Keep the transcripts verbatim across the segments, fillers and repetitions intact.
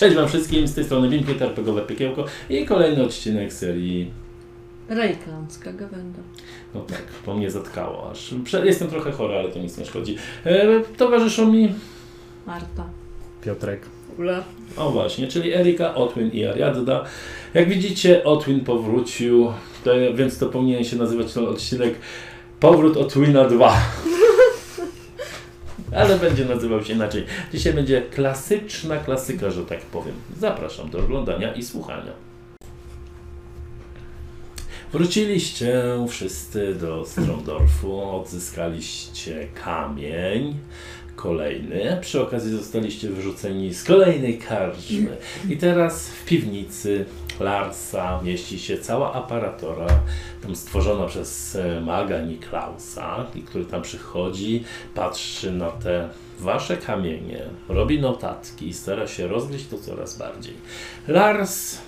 Cześć wam wszystkim, z tej strony Wimpy, R P G owe Piekiełko i kolejny odcinek serii Rejklandzka Gawenda. No tak, to mnie zatkało aż. Jestem trochę chory, ale to nic nie szkodzi. E, towarzyszą mi Marta. Piotrek. Ula. O właśnie, czyli Erika, Otwin i Ariadna. Jak widzicie, Otwin powrócił, to, więc to powinien się nazywać ten odcinek Powrót Otwina dwa. Ale będzie nazywał się inaczej. Dzisiaj będzie klasyczna klasyka, że tak powiem. Zapraszam do oglądania i słuchania. Wróciliście wszyscy do Stromdorfu, odzyskaliście kamień kolejny. Przy okazji zostaliście wyrzuceni z kolejnej karczmy. I teraz w piwnicy Larsa mieści się cała aparatura, tam stworzona przez maga Niklausa, który tam przychodzi, patrzy na te wasze kamienie, robi notatki i stara się rozgryźć to coraz bardziej. Lars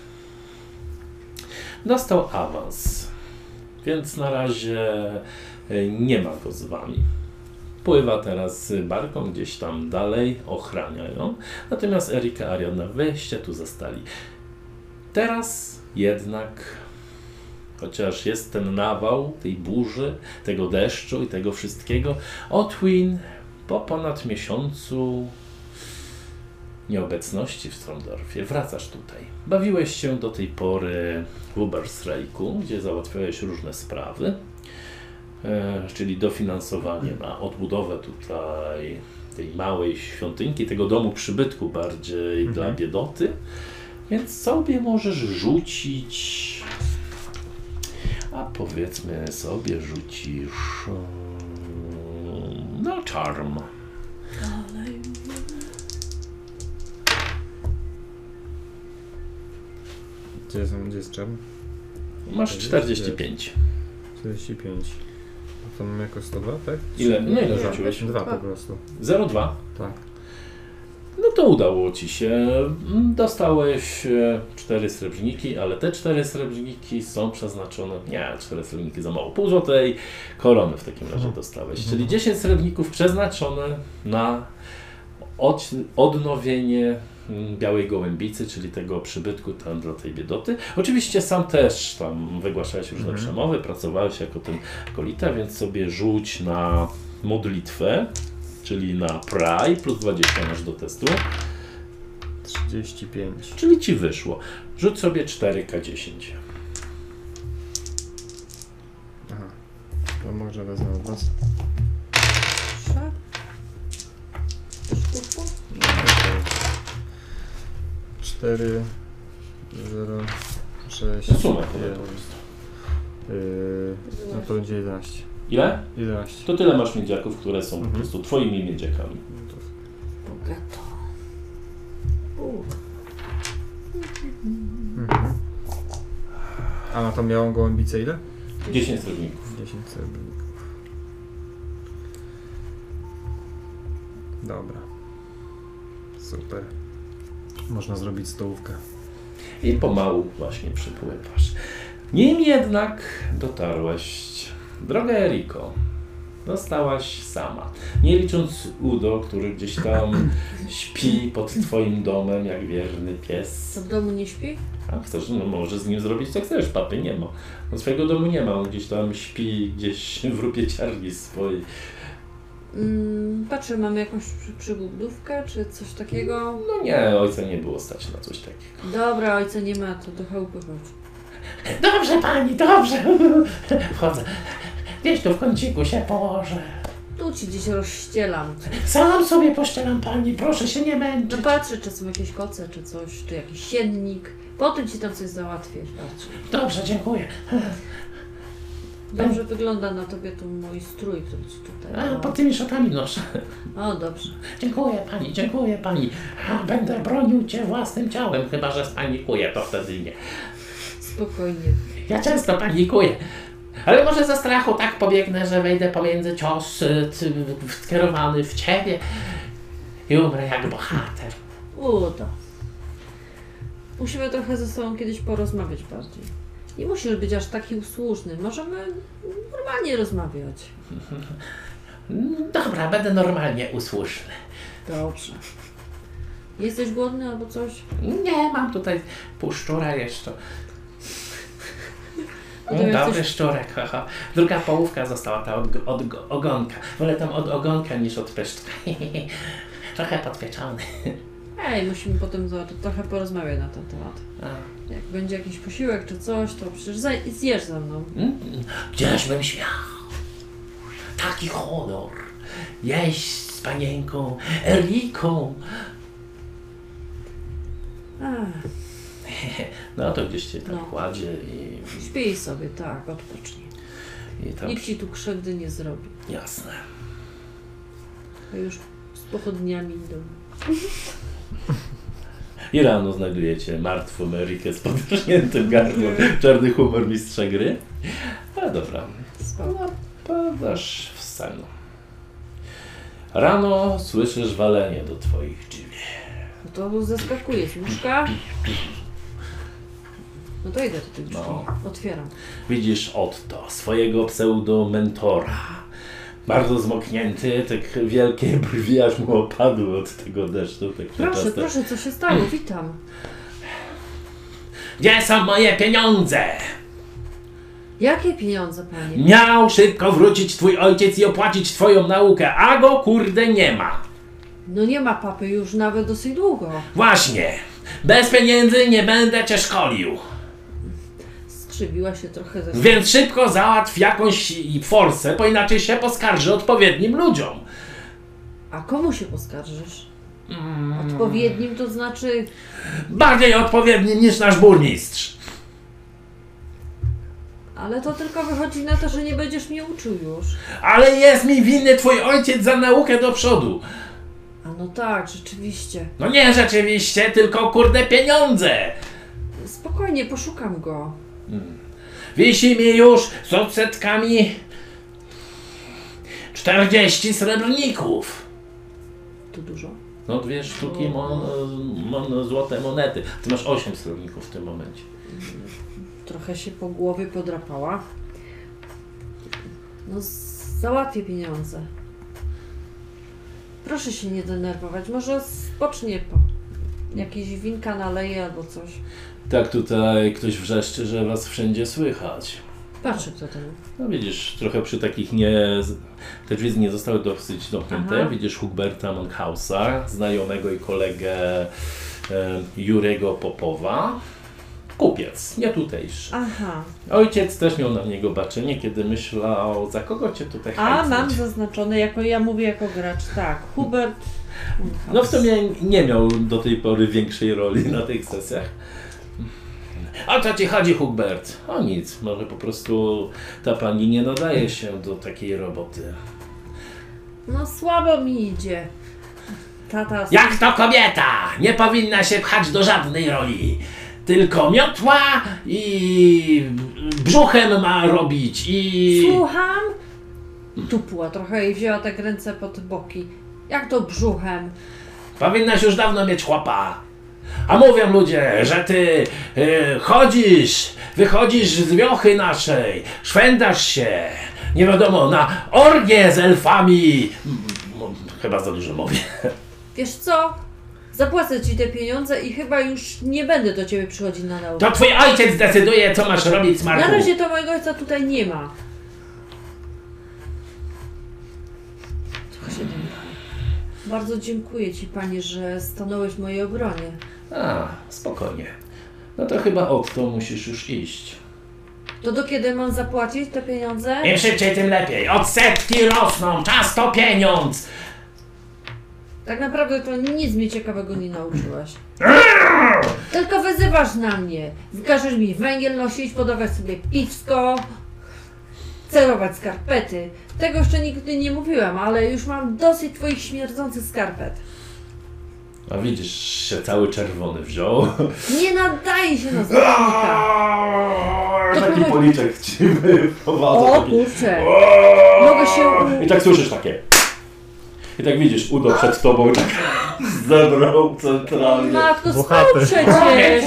dostał awans, więc na razie nie ma go z wami. Pływa teraz z barką gdzieś tam dalej, ochrania ją. Natomiast Erika, Ariadna, wyście tu zostali. Teraz jednak, chociaż jest ten nawał tej burzy, tego deszczu i tego wszystkiego, Otwin po ponad miesiącu nieobecności w Stromdorfie wracasz tutaj. Bawiłeś się do tej pory w Ubersreiku, gdzie załatwiałeś różne sprawy, e, czyli dofinansowanie na odbudowę tutaj tej małej świątynki, tego domu przybytku bardziej mhm. dla biedoty. Więc sobie możesz rzucić, a powiedzmy sobie rzucisz na charm. Gdzie jest, gdzie jest charm? Masz czterdzieści pięć. czterdzieści pięć. A to mam jako sto dwa, tak? Ile? No ile rzuciłeś? dwa po prostu. zero przecinek dwa? Tak. No to udało ci się. Dostałeś cztery srebrniki, ale te cztery srebrniki są przeznaczone, nie, cztery srebrniki za mało, pół złotej korony w takim razie dostałeś, mhm. czyli dziesięć srebrników przeznaczone na od, odnowienie białej gołębicy, czyli tego przybytku tam dla tej biedoty. Oczywiście sam też tam wygłaszałeś różne mhm. przemowy, pracowałeś jako ten kolita, więc sobie rzuć na modlitwę, czyli na Pray, plus dwadzieścia masz do testu. trzydzieści pięć. Czyli ci wyszło. Rzuć sobie cztery K dziesięć. Aha. To może wezmę od was. cztery, zero, sześć, Suma jeden. Yy, no to będzie jedenaście. Ile? jedenaście. To tyle masz miedziaków, które są mhm. po prostu twoimi miedziakami. Bogato. Mhm. A na tą białą gołębicę ile? dziesięć srebrników. dziesięć srebrników. Dobra. Super. Można zrobić stołówkę. I pomału właśnie przypływasz. Nim jednak dotarłaś, droga Eriko, zostałaś sama. Nie licząc Udo, który gdzieś tam śpi pod twoim domem, jak wierny pies. Co w domu nie śpi? A chcesz, no może z nim zrobić co chcesz, papy nie ma. No swojego domu nie ma, on gdzieś tam śpi, gdzieś w rupieciarni swojej. Mm, patrzę, mamy jakąś przy, przybudówkę, czy coś takiego? No nie, ojca nie było stać na coś takiego. Dobra, ojca nie ma, to do chałupy chodź. Dobrze pani, dobrze. Wchodzę. Gdzieś tu w kąciku się położę. Tu ci gdzieś rozścielam. Sam sobie poszczelam pani, proszę się nie męczyć. No patrzę, czy są jakieś koce, czy coś, czy jakiś siennik. Potem ci tam coś załatwię. Patrzę. Dobrze, dziękuję. Dobrze wygląda na tobie tu mój strój, który ci tutaj... A, pod tymi szatami noszę. O, dobrze. Dziękuję pani, dziękuję pani. A, będę bronił cię własnym ciałem, chyba że spanikuję, to wtedy nie. Spokojnie. Ja często panikuję. Ale może ze strachu tak pobiegnę, że wejdę pomiędzy cios skierowany w ciebie i umrę jak bohater. Uda. Musimy trochę ze sobą kiedyś porozmawiać bardziej. Nie musisz być aż taki usłużny. Możemy normalnie rozmawiać. Dobra, będę normalnie usłuszny. Dobrze. Jesteś głodny albo coś? Nie, mam tutaj pół szczura jeszcze. No to Mm, jak Dobry coś- szczurek, haha. Druga połówka została ta od, od ogonka. Wolę tam od ogonka niż od pyszczka. Trochę podpieczony. Ej, musimy potem za- trochę porozmawiać na ten temat. A. Jak będzie jakiś posiłek czy coś, to przecież zaj- zjesz ze mną. Mm, Gdzież bym śmiał? Taki honor. Jeść z panienką Eliką. Ach, No to gdzieś cię tam No. kładzie i, śpij sobie, tak, odpocznij. i tam... Nikt ci tu krzywdy nie zrobi. Jasne. A już z pochodniami idą. I rano znajdujecie martwą Erikę z podrżniętym gardłem. Czarny humor mistrza gry. Ale dobra. Spoko. No, padasz w sen. Rano słyszysz walenie do twoich drzwi. No to zeskakuje z łóżka. No to idę do tych drzwi. No. Otwieram. Widzisz Otto, swojego pseudo-mentora. Bardzo zmoknięty, tak wielkie brwi aż mu opadły od tego deszczu. Tak Proszę, często. proszę, co się stało? Witam. Gdzie są moje pieniądze? Jakie pieniądze, panie? Miał szybko wrócić twój ojciec i opłacić twoją naukę, a go kurde nie ma. No nie ma papy już nawet dosyć długo. Właśnie. Bez pieniędzy nie będę cię szkolił. Skrzywiła się trochę ze Więc szybko załatw jakąś i forsę, bo inaczej się poskarży odpowiednim ludziom. A komu się poskarżysz? Mm. Odpowiednim to znaczy... Bardziej odpowiednim niż nasz burmistrz. Ale to tylko wychodzi na to, że nie będziesz mnie uczył już. Ale jest mi winny twój ojciec za naukę do przodu. A no tak, rzeczywiście. No nie rzeczywiście, tylko kurde pieniądze. Spokojnie, poszukam go. Wisi mi już z odsetkami czterdzieści srebrników. Tu dużo. No dwie sztuki mon, mon, złote monety. Ty masz osiem srebrników w tym momencie. Trochę się po głowie podrapała. No z- załatwię pieniądze. Proszę się nie denerwować. Może spocznie po... Jakieś winka naleje albo coś. Tak tutaj ktoś wrzeszczy, że was wszędzie słychać. Patrzę kto ten. No widzisz, trochę przy takich nie... Te drzwi nie zostały dosyć domknięte. Aha. Widzisz Huberta Monkhausa, znajomego i kolegę e, Jurego Popowa. Kupiec, nie tutejszy. Aha. Ojciec też miał na niego baczenie, kiedy myślał, za kogo cię tutaj A hajtnąć. mam zaznaczone, jako ja mówię jako gracz. Tak, Hubert. No w sumie nie miał do tej pory większej roli na tych sesjach. O co ci chodzi, Hubert? O nic, może po prostu ta pani nie nadaje się do takiej roboty. No słabo mi idzie. Tata... Jak to kobieta? Nie powinna się pchać do żadnej roli. Tylko miotła i brzuchem ma robić i... Słucham? Tupła trochę i wzięła tak ręce pod boki. Jak to brzuchem? Powinnaś już dawno mieć chłopa. A mówią ludzie, że ty y, chodzisz, wychodzisz z wiochy naszej, szwędasz się, nie wiadomo, na orgię z elfami. M- Chyba za dużo mówię. Wiesz co? Zapłacę ci te pieniądze i chyba już nie będę do ciebie przychodzić na naukę. To twój ojciec decyduje, co masz robić, Na Smarku. razie to mojego ojca tutaj nie ma. Trochę się denerwuję. Bardzo dziękuję ci, panie, że stanąłeś w mojej obronie. A, spokojnie. No to chyba od to musisz już iść. To do kiedy mam zapłacić te pieniądze? Im szybciej, tym lepiej. Odsetki rosną, czas to pieniądz. Tak naprawdę to nic mnie ciekawego nie nauczyłeś. Tylko wyzywasz na mnie. Każesz mi węgiel nosić, podawać sobie piwsko, celować skarpety. Tego jeszcze nigdy nie mówiłam, ale już mam dosyć twoich śmierdzących skarpet. A widzisz, się cały czerwony wziął. Nie nadaje się na zawodnika. To Taki próbuj- policzek ci wyprowadza. O taki- kurczę. Mogę się... I tak słyszysz takie. I tak widzisz, udo przed tobą i tak zebrał centralnie. Matko, spał Bohater. przecież!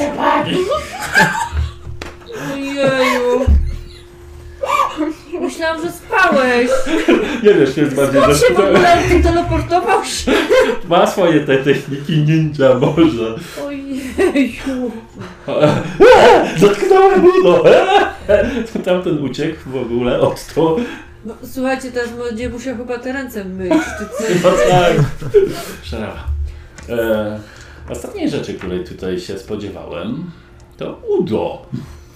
Ojeju. Myślałam, że spałeś. Nie wiesz, jest bardziej On się w zaskoczony. ogóle tu teleportował się. Ma swoje te techniki ninja może. Ojeju. Zatknąłem udo! Tamten uciekł w ogóle od to. No, słuchajcie, teraz będzie musiał chyba te ręce myć, czy co? No tak. Szarawa. E, ostatniej rzeczy, której tutaj się spodziewałem, to udo.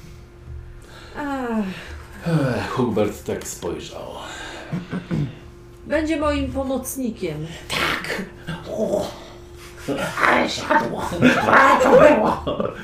Ach, Ech, Hubert tak spojrzał. będzie moim pomocnikiem. Tak. O, ale siadło. A, to było.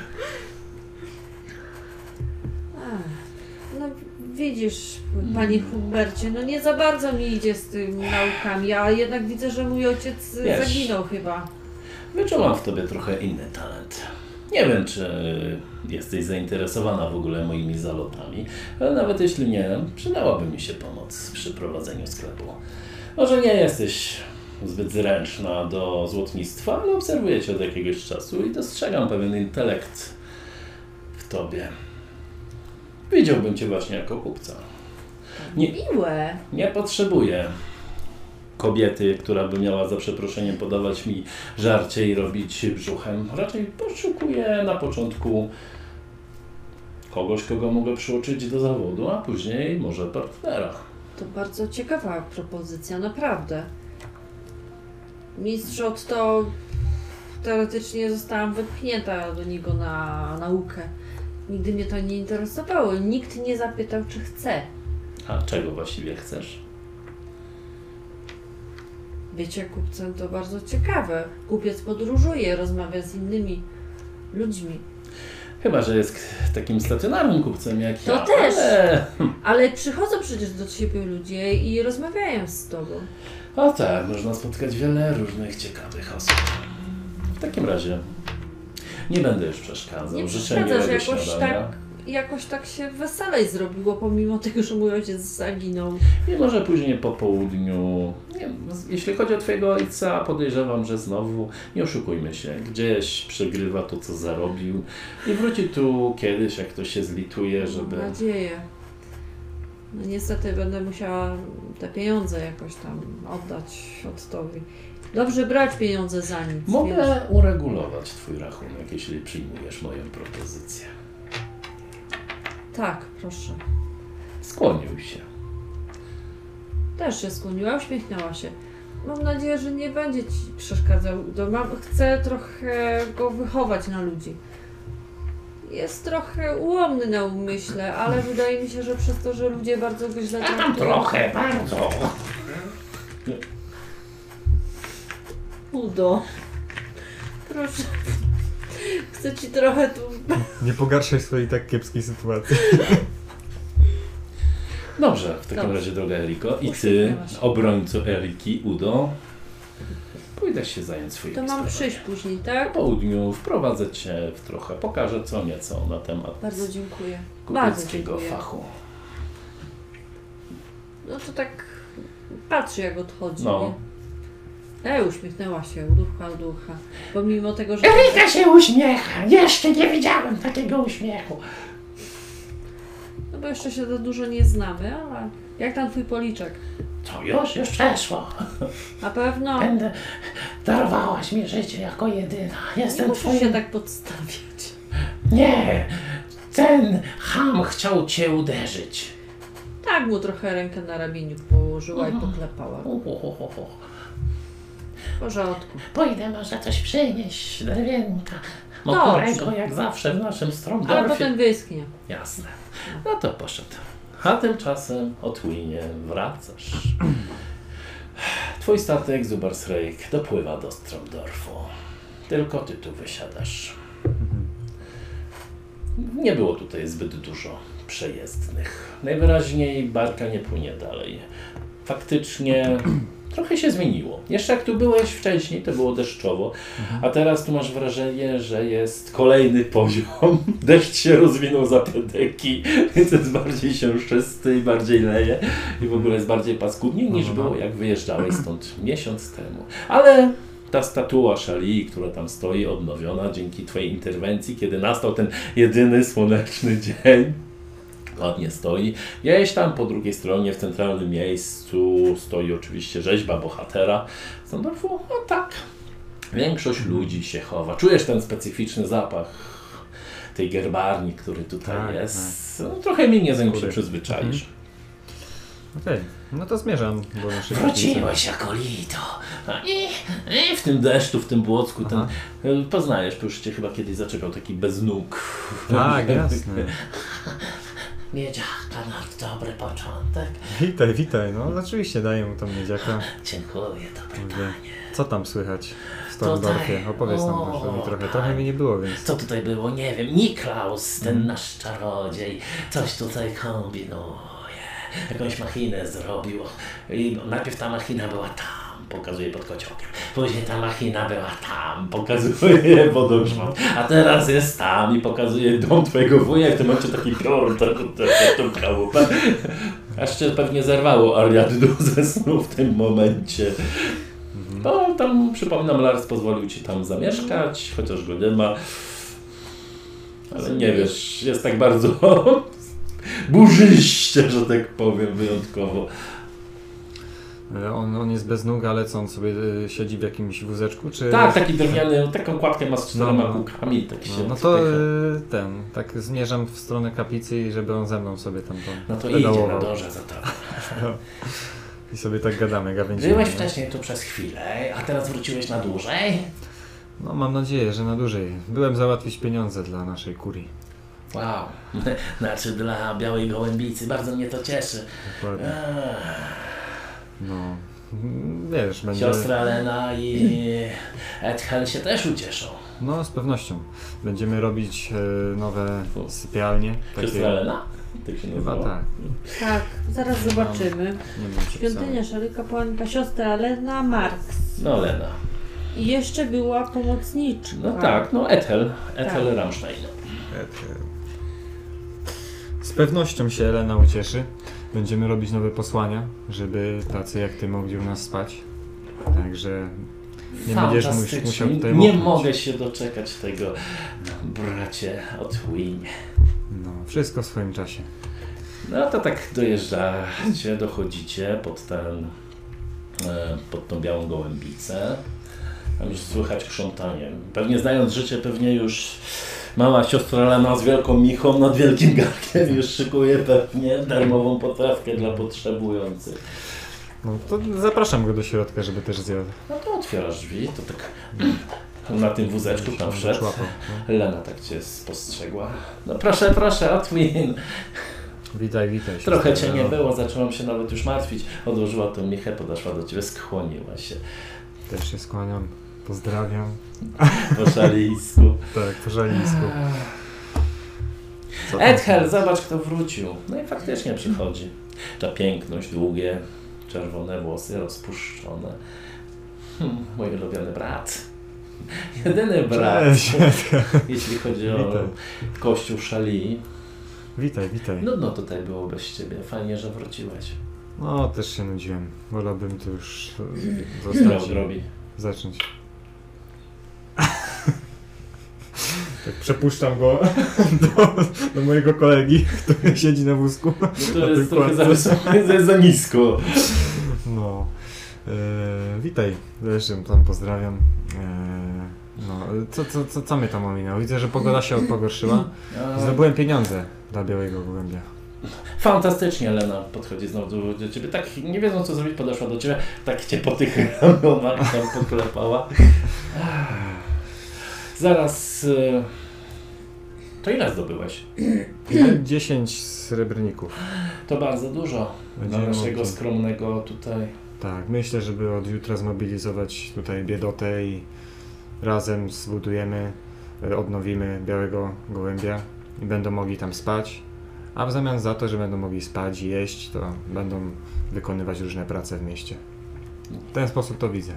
Ach, no widzisz, panie Hubercie, no nie za bardzo mi idzie z tymi naukami, a jednak widzę, że mój ojciec Wiesz. zaginął chyba. Wyczułam w tobie trochę inny talent. Nie wiem, czy jesteś zainteresowana w ogóle moimi zalotami, ale nawet jeśli nie, przydałaby mi się pomoc przy prowadzeniu sklepu. Może nie jesteś zbyt zręczna do złotnictwa, ale obserwuję cię od jakiegoś czasu i dostrzegam pewien intelekt w tobie. Widziałbym cię właśnie jako kupca. Nie, Miłe. nie potrzebuję kobiety, która by miała za przeproszeniem podawać mi żarcie i robić brzuchem. Raczej poszukuję na początku kogoś, kogo mogę przyuczyć do zawodu, a później może partnera. To bardzo ciekawa propozycja, naprawdę. Mistrz Otto, teoretycznie zostałam wypchnięta do niego na naukę. Nigdy mnie to nie interesowało. Nikt nie zapytał, czy chcę. A czego właściwie chcesz? Bycie kupcem to bardzo ciekawe. Kupiec podróżuje, rozmawia z innymi ludźmi. Chyba, że jest takim stacjonarnym kupcem jak To ja. też. Ale... Ale przychodzą przecież do ciebie ludzie i rozmawiają z tobą. O tak, można spotkać wiele różnych ciekawych osób. W takim razie nie będę już przeszkadzał. Nie Życzę przeszkadzasz, miłego jakoś śniadania. tak, jakoś tak się weselej zrobiło, pomimo tego, że mój ojciec zaginął. I może później po południu, nie wiem, jeśli chodzi o twojego ojca, podejrzewam, że znowu, nie oszukujmy się, gdzieś przegrywa to, co zarobił i wróci tu kiedyś, jak to się zlituje, żeby... Mam nadzieję. No niestety będę musiała te pieniądze jakoś tam oddać Ottowi. Dobrze brać pieniądze za nic, wiesz. Mogę uregulować twój rachunek, jeśli przyjmujesz moją propozycję. Tak, proszę. Skłonił się. Też się skłoniła, uśmiechnęła się. Mam nadzieję, że nie będzie ci przeszkadzał. To mam, chcę trochę go wychować na ludzi. Jest trochę ułomny na umyśle, ale wydaje mi się, że przez to, że ludzie bardzo go źle A tam traktują. trochę, bardzo. Udo. Proszę. Chcę ci trochę tu... Nie pogarszaj swojej tak kiepskiej sytuacji. Dobrze, w takim Dobrze. razie, droga Eriko, i ty, Uśmiechnęła się. obrońco Eriki, Udo, pójdę się zająć swoimi To mam sprawami. przyjść później, Po tak? południu wprowadzę cię w trochę, pokażę co nieco na temat Bardzo dziękuję. Bardzo kupieckiego dziękuję. fachu. No to tak patrzy jak odchodzi. No. Nie? Ej, uśmiechnęła się, uducha, uducha. Pomimo tego, że... Erika się uśmiecha! Jeszcze nie widziałem takiego uśmiechu. No bo jeszcze się za dużo nie znamy, ale jak tam twój policzek? To już, już przeszło. Na pewno Będę, darowałaś mi życie jako jedyna. nie Jestem musisz twoim... się tak podstawiać. Nie! Ten ham chciał cię uderzyć. Tak mu trochę rękę na ramieniu położyła i poklepała. Uhuhuhu. W porządku. Pójdę może coś przynieść, drewienka. Dobrze. Mokrego jak zawsze w naszym Ale Stromdorfie. potem wyschnie. Jasne. No to poszedł. A tymczasem o Twinie wracasz. Twój statek Zubarsreik dopływa do Stromdorfu. Tylko ty tu wysiadasz. Nie było tutaj zbyt dużo przejezdnych. Najwyraźniej barka nie płynie dalej. Faktycznie trochę się zmieniło. Jeszcze jak tu byłeś wcześniej, to było deszczowo, a teraz tu masz wrażenie, że jest kolejny poziom. Deszcz się rozwinął za pedeki, więc jest bardziej siąszczysty i bardziej leje i w ogóle jest bardziej paskudnie niż było jak wyjeżdżałeś stąd miesiąc temu. Ale ta statua Szalii, która tam stoi, odnowiona dzięki twojej interwencji, kiedy nastał ten jedyny słoneczny dzień, ładnie stoi. Gdzieś tam po drugiej stronie, w centralnym miejscu stoi oczywiście rzeźba bohatera z Nordorfu. No tak, większość ludzi się chowa. Czujesz ten specyficzny zapach tej gerbarni, który tutaj Tak, jest. No, trochę minie, zanim się Skóry. przyzwyczaisz. Okej, no to zmierzam do naszej kaplicy. Wróciłeś, Akolito. I, I w tym deszczu, w tym błocku, ten, Aha. poznajesz, bo już cię chyba kiedyś zaczepiał taki bez nóg. Tak, jasne. Miedziaka na dobry początek. Witaj, witaj, no oczywiście daję mu tą miedziaka. Dziękuję, dobre Mówię, panie. co tam słychać w Stormdorfie? Opowiedz nam o, może mi trochę, panie. trochę mi nie było, więc... Co tutaj było? Nie wiem. Niklaus, ten Mhm. nasz czarodziej, coś tutaj kombinuje. Jakąś machinę zrobił. I najpierw ta machina była tam, pokazuje pod kociołkiem. Później ta machina była tam, pokazuje wodokszmat. A teraz jest tam i pokazuje dom twojego wuja. W tym momencie taki piorun, tą chałupę. Aż cię pewnie zerwało Ariadnu ze snu w tym momencie. No tam, przypominam, Lars pozwolił ci tam zamieszkać, chociaż go nie ma. Ale nie wiesz, jest tak bardzo burzyście, że tak powiem, wyjątkowo. On, on jest bez nóg, ale co, on sobie y, siedzi w jakimś wózeczku, czy... Tak, taki drewniany, taką kładkę ma z czterema No. kółkami. Tak się No, no to wpycha. y, ten, tak zmierzam w stronę kaplicy i żeby on ze mną sobie tam to No to idzie na pedałował. dążę za tobą. I sobie tak gadamy, gawędzimy. Byłeś nie? wcześniej tu przez chwilę, a teraz wróciłeś na dłużej? No mam nadzieję, że na dłużej. Byłem załatwić pieniądze dla naszej kurii. Wow, znaczy dla Białej Gołębicy, bardzo mnie to cieszy. Dokładnie. Eee. No, mm, wiesz, będzie... Siostra Lena i Ethel się też ucieszą. No, z pewnością. Będziemy robić e, nowe sypialnie. Siostra Lena? Tak się Chyba nazywa? tak. Tak, zaraz zobaczymy. Nie wiem, czy Świątynia Szary Kapłanka, siostra Lena Marks. No Lena. I jeszcze była pomocniczka. No tak, no Ethel. Ethel Tak. Rammstein. Z pewnością się Elena ucieszy. Będziemy robić nowe posłania, żeby tacy jak ty mogli u nas spać. Także nie będziesz mus, Fantastycznie. musiał tutaj Nie moknąć. mogę się doczekać tego, bracie od Winie. No, wszystko w swoim czasie. No to tak dojeżdżacie, dochodzicie pod ten, e, pod tą Białą Gołębicę. Tam już słychać krzątanie. Pewnie znając życie, pewnie już mała siostra Lena z wielką michą nad wielkim garnkiem już szykuje pewnie darmową potrawkę dla potrzebujących. No to zapraszam go do środka, żeby też zjadł. No to otwierasz drzwi, to tak na tym wózeczku tam wszedł. Szłapał, no. Lena tak cię spostrzegła. No proszę, proszę, Otwin. Witaj, witaj. Trochę siostro cię nie Eleno. było, zaczęłam się nawet już martwić. Odłożyła tę michę, podeszła do ciebie, skłoniła się Też się skłaniam. Pozdrawiam. po szaleńsku. Tak, po żalińsku. Co tam? Ethel, zobacz kto wrócił. No i faktycznie przychodzi. Ta piękność, długie, czerwone włosy, rozpuszczone. Hmm, mój ulubiony brat. Jedyny brat, Cześć. jeśli chodzi o Witaj. kościół Szali. Witaj, witaj. No, no tutaj było bez ciebie. Fajnie, że wróciłeś. No, też się nudziłem. Wolałbym tu już e, Co zostać i robi? zacząć. Tak przepuszczam go do, do mojego kolegi, który siedzi na wózku. No Na to tym jest trochę za kładce. wysoko, jest za nisko. No. E, witaj, zresztą tam pozdrawiam. E, no, co, co, co, co mnie tam ominęło? Widzę, że pogoda się pogorszyła. Zdobyłem pieniądze dla Białego Gołębia. Fantastycznie Lena podchodzi znowu do, do ciebie, tak nie wiedząc co zrobić, podeszła do ciebie, tak cię po tych ramionach tam poklepała. Zaraz, y, to ile zdobyłeś? dziesięć srebrników. To bardzo dużo dla Będziemy naszego mogli. skromnego tutaj. Tak, myślę, żeby od jutra zmobilizować tutaj biedotę i razem zbudujemy, e, odnowimy Białego Gołębia i będą mogli tam spać, a w zamian za to, że będą mogli spać i jeść, to będą wykonywać różne prace w mieście. W ten sposób to widzę.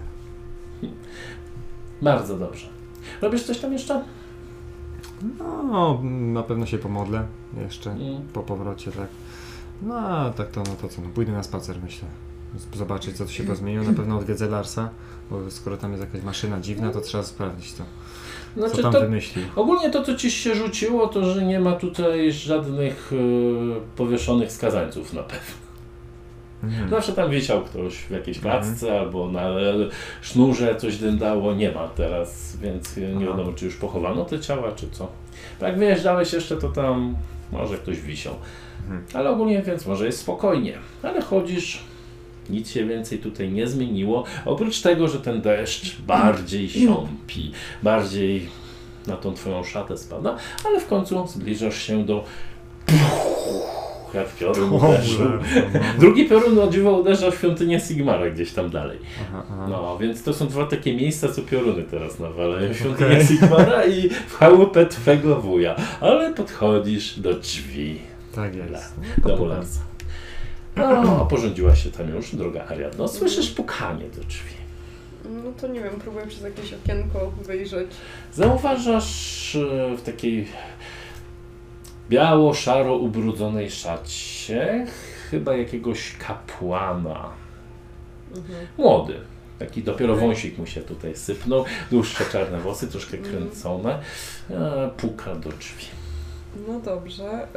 Bardzo dobrze. Robisz coś tam jeszcze? No, na pewno się pomodlę jeszcze Mm. po powrocie, tak. No, a tak to, no to co, no, pójdę na spacer, myślę. z- zobaczyć, co tu się pozmieniło. Na pewno odwiedzę Larsa, bo skoro tam jest jakaś maszyna dziwna, to trzeba sprawdzić to, co Znaczy tam to, wymyślił. ogólnie to, co ci się rzuciło, to że nie ma tutaj żadnych e, powieszonych skazańców na pewno. Mhm. Zawsze tam wisiał ktoś w jakiejś klatce albo na sznurze coś dędało, nie ma teraz, więc nie Aha. wiadomo, czy już pochowano te ciała, czy co. Jak wyjeżdżałeś jeszcze, to tam może ktoś wisiał. Mhm. Ale ogólnie więc może jest spokojnie. Ale chodzisz, nic się więcej tutaj nie zmieniło. Oprócz tego, że ten deszcz bardziej siąpi, bardziej na tą twoją szatę spada, ale w końcu zbliżasz się do... Jak piorun uderzył. Drugi piorun o dziwo uderza w świątynię Sigmara gdzieś tam dalej. Aha, aha. No, więc to są dwa takie miejsca, co pioruny teraz nawalają. Świątynię Okej. Sigmara i w chałupę twego wuja. Ale podchodzisz do drzwi Tak jest. domu Larsa. No, porządziła się tam już, droga Ariadno. Słyszysz pukanie do drzwi. No to nie wiem, próbuję przez jakieś okienko wyjrzeć. Zauważasz e, w takiej biało-szaro ubrudzonej szacie chyba jakiegoś kapłana. Mhm. Młody. Taki dopiero wąsik mu się tutaj sypnął. Dłuższe czarne włosy, troszkę kręcone. E, puka do drzwi. No dobrze.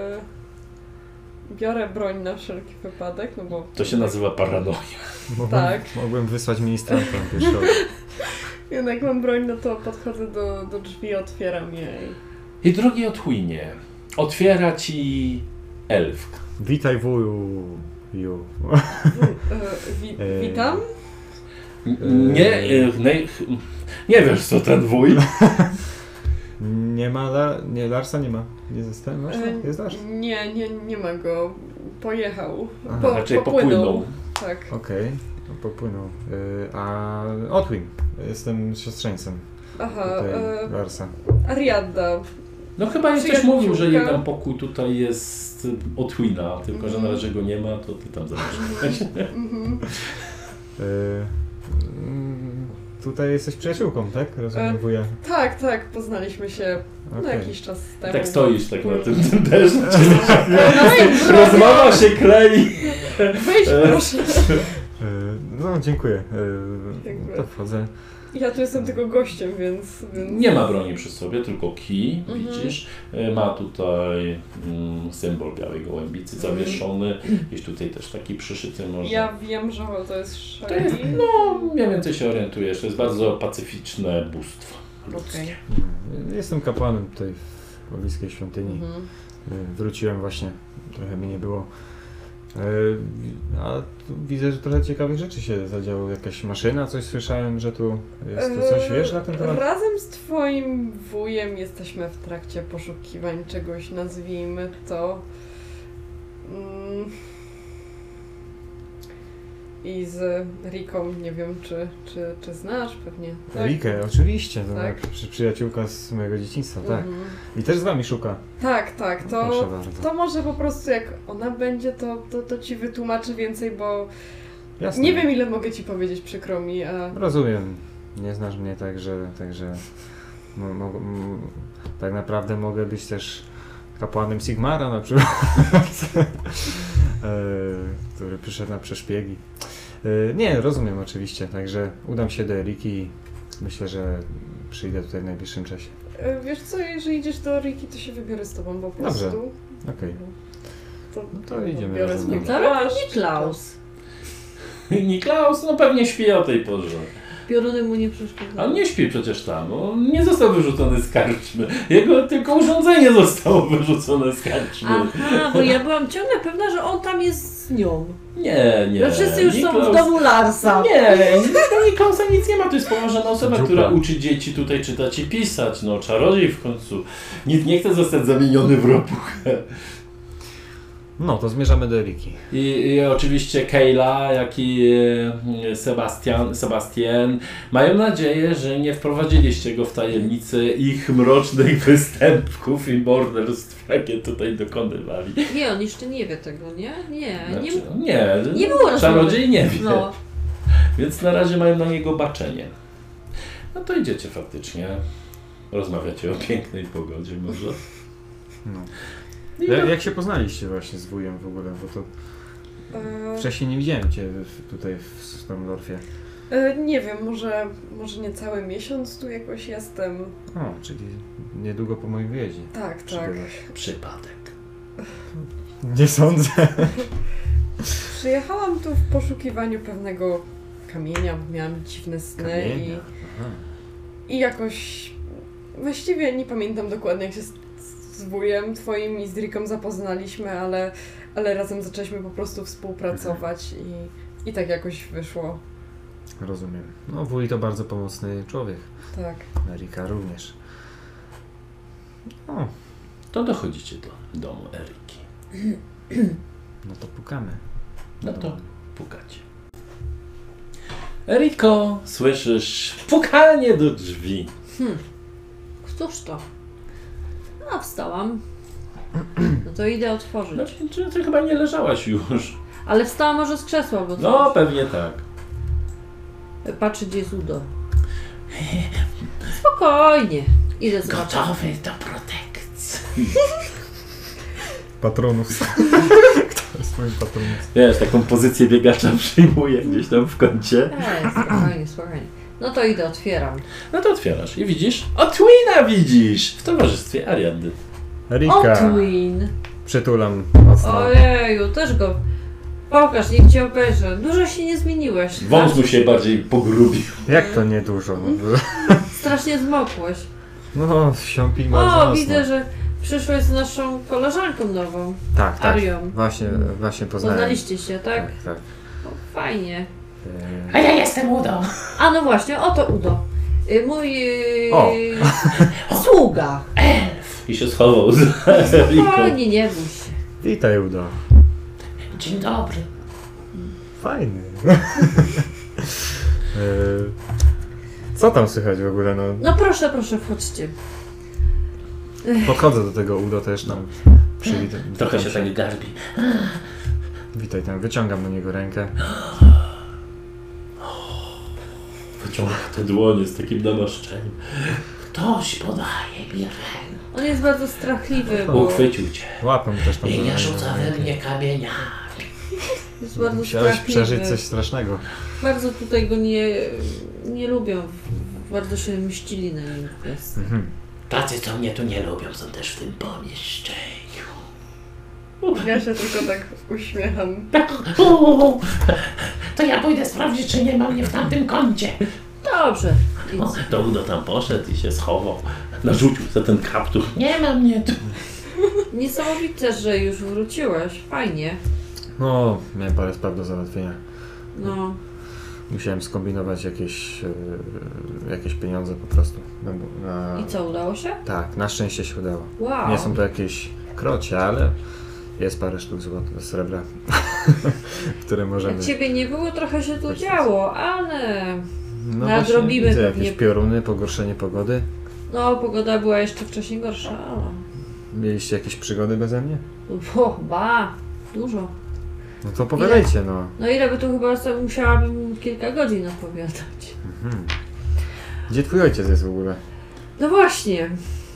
Yy... Biorę broń na wszelki wypadek, no bo... To się nazywa paranoja. Mogłem, Tak. mogłem wysłać ministranta pierwszego. Jak mam broń, no to podchodzę do, do drzwi, otwieram je i... I drogi Otwinie, otwiera ci elfka. Witaj wuju. Ju. Yy, wi Eee. witam. N- Nie, e, nie, nie wiesz co ten wuj. Nie ma, la, nie, Larsa nie ma. Nie zostałem Larsa? Yy, Jest Lars? Nie, nie, nie ma go. Pojechał. Aha. Po, Raczej popłynął. Tak. Okej, no popłynął. Y, a Otwin, jestem siostrzeńcem Aha. tutaj Yy, Larsa. Ariadna. No chyba jesteś Przyjaciółka. mówił, że jeden pokój tutaj jest Otwina, tylko że na razie go nie ma, to ty tam zamieszkasz. Mhm. Y, mm, tutaj jesteś przyjaciółką, tak? Rozumiem, E, wuja. Tak, tak, poznaliśmy się no, Okej. jakiś czas temu. Tak stoisz tak na tym, Mm. tym deszczu. No, Rozmowa się klei. Wejdź proszę. Y, no, dziękuję. Y, Dziękuję. to wchodzę. Ja tu jestem tylko gościem, więc... więc... Nie ma broni przy sobie, tylko kij, Mhm. widzisz. E, Ma tutaj mm, symbol białej gołębicy zawieszony. Gdzieś tutaj też taki przyszyty może. Ja wiem, że to jest To jest, Shelley. no, mniej więcej się orientujesz. To jest bardzo pacyficzne bóstwo ludzkie. Okej. Y, Jestem kapłanem tutaj w pobliskiej świątyni. Mhm. Y, Wróciłem właśnie, trochę mi nie było. Y, A tu widzę, że trochę ciekawych rzeczy się zadziało. Jakaś maszyna, coś słyszałem, że tu jest to coś, wiesz na ten Eee, temat? Razem z twoim wujem jesteśmy w trakcie poszukiwań czegoś, nazwijmy to... Mm, I z Riką, nie wiem czy, czy, czy znasz, pewnie. tak? Rikę, oczywiście, to Tak. tak. przy, przyjaciółka z mojego dzieciństwa, tak. Mhm. I też z wami szuka. Tak, tak, Proszę to, bardzo. to może po prostu jak ona będzie, to, to, to ci wytłumaczę więcej, bo Jasne. nie wiem ile mogę ci powiedzieć, przykro mi, a... Rozumiem. Nie znasz mnie, także, także mo, mo, m, tak naprawdę mogę być też kapłanem Sigmara na przykład, e, który przyszedł na przeszpiegi. E, nie, rozumiem oczywiście, także udam się do Eriki i myślę, że przyjdę tutaj w najbliższym czasie. E, Wiesz co, jeżeli idziesz do Riki, to się wybiorę z tobą po prostu. Dobrze. Okej. To, No to idziemy biorę razem. swój To robi płaszcz. Niklaus. Niklaus no pewnie śpi o tej porze. Pioruny mu nie A przeszkadzają. on nie śpi przecież tam. On nie został wyrzucony z karczmy. Jego tylko urządzenie zostało wyrzucone z karczmy. Aha, bo ja byłam ciągle pewna, że on tam jest z nią. Nie, nie. Że wszyscy już są w Niklaus- domu Larsa. Nie, do Niklausa nic nie ma, to jest poważna osoba, Dziupla. która uczy dzieci tutaj czytać i pisać. No, czarodziej w końcu. Nikt nie chce zostać zamieniony w ropuchę. No, to zmierzamy do Eriki. I, i oczywiście Kayla, jak i e, Sebastian, Sebastian mają nadzieję, że nie wprowadziliście go w tajemnicę ich mrocznych występków i morderstw, jakie tutaj dokonywali. Nie, on jeszcze nie wie tego, nie? Nie, nie, Znaczy, nie, nie było rozmowy. czarodziej nie wie. No. Więc na razie mają na niego baczenie. No to idziecie faktycznie. Rozmawiacie o pięknej pogodzie może. No. I Ja, tak- jak się poznaliście właśnie z wujem w ogóle, bo to E, Wcześniej nie widziałem cię w- tutaj w Stormdorfie. e, nie wiem, może, może nie cały miesiąc tu jakoś jestem. O, czyli niedługo po moim wyjeździe. Tak, tak. Przybyłeś. Przypadek. Nie sądzę. Przyjechałam tu w poszukiwaniu pewnego kamienia, miałam dziwne sny Kamienia? i, Aha. i jakoś właściwie nie pamiętam dokładnie jak się z, z wujem twoim i z Riką zapoznaliśmy, ale, ale razem zaczęliśmy po prostu współpracować i, i tak jakoś wyszło. Rozumiem. No wuj to bardzo pomocny człowiek. Tak. Erika również. O, To dochodzicie do domu Eriki. no to pukamy. No to pukacie. Eriko, słyszysz pukanie do drzwi. Hmm. Któż to? No, wstałam. No to idę No, otworzyć. czy ty chyba nie leżałaś już? Ale wstałam może z krzesła, bo No, coś. pewnie tak. Patrzę, gdzie jest Udo. Spokojnie. Idę zobaczyć. Gotowy do protekcji. Patronus. Kto jest moim patronus? Wiesz, taką pozycję biegacza przyjmuje gdzieś tam w kącie. Ej, spokojnie, spokojnie. No to idę, otwieram. No to otwierasz i widzisz, Otwina widzisz! W towarzystwie Ariadny. Erika. Otwin! Przytulam mocno. Ojeju, też go... Pokaż, niech cię obejrzę. Dużo się nie zmieniłeś. Wąs mu się bardziej pogrubił. Jak to niedużo? Strasznie zmokłeś. No, siąpi bardzo O, mocno. widzę, że przyszłeś z naszą koleżanką nową. Tak, tak. Arią. Właśnie, właśnie poznałem. Poznaliście się, tak? Tak, tak. O, fajnie. E, ja jestem Udo. A no właśnie, oto Udo. Y, Mój yy, O. sługa. I się schował z Eriką. Spokojnie, nie bój się. Witaj, Udo. Dzień dobry. Fajny. E, Co tam słychać w ogóle? No, No proszę, proszę, wchodźcie. podchodzę do tego Udo też tam. Przywitam. Trochę witam się tak garbi. Witaj tam, wyciągam do niego rękę. Wyciąga te dłonie z takim namaszczeniem. Ktoś podaje mi rękę. On jest bardzo strachliwy, bo Uchwycił cię. Łapę też tam. I do nie ręki. rzuca we mnie kamieniami. jest bardzo Musiałeś strachliwy. przeżyć coś strasznego. Bardzo tutaj go nie, nie lubią. Bardzo się mścili na nim. Jest. Mhm. Tacy, co mnie tu nie lubią, są też w tym pomieszczeniu. Ja się tylko tak uśmiecham. To ja pójdę sprawdzić, czy nie ma mnie w tamtym kącie. Dobrze. Idź. O, to Udo tam poszedł i się schował. Narzucił za ten kaptur. Nie ma mnie tu. Niesamowite, że już wróciłeś. Fajnie. No, miałem parę spraw do załatwienia. No. Musiałem skombinować jakieś, e, jakieś pieniądze po prostu. Na, na, I co, udało się? Tak, na szczęście się udało. Wow. Nie są to jakieś krocie, ale jest parę sztuk złota, srebra, które możemy... Jak ciebie nie było, trochę się tu Weź działo, ale... No nadrobimy właśnie, widzę pewnie. jakieś pioruny, pogorszenie pogody. No, pogoda była jeszcze wcześniej gorsza, ale... Mieliście jakieś przygody beze mnie? O, ba, dużo. No to opowiadajcie, no. No ile by tu chyba sobie musiałabym kilka godzin opowiadać. Mhm. Gdzie twój ojciec jest w ogóle? No właśnie.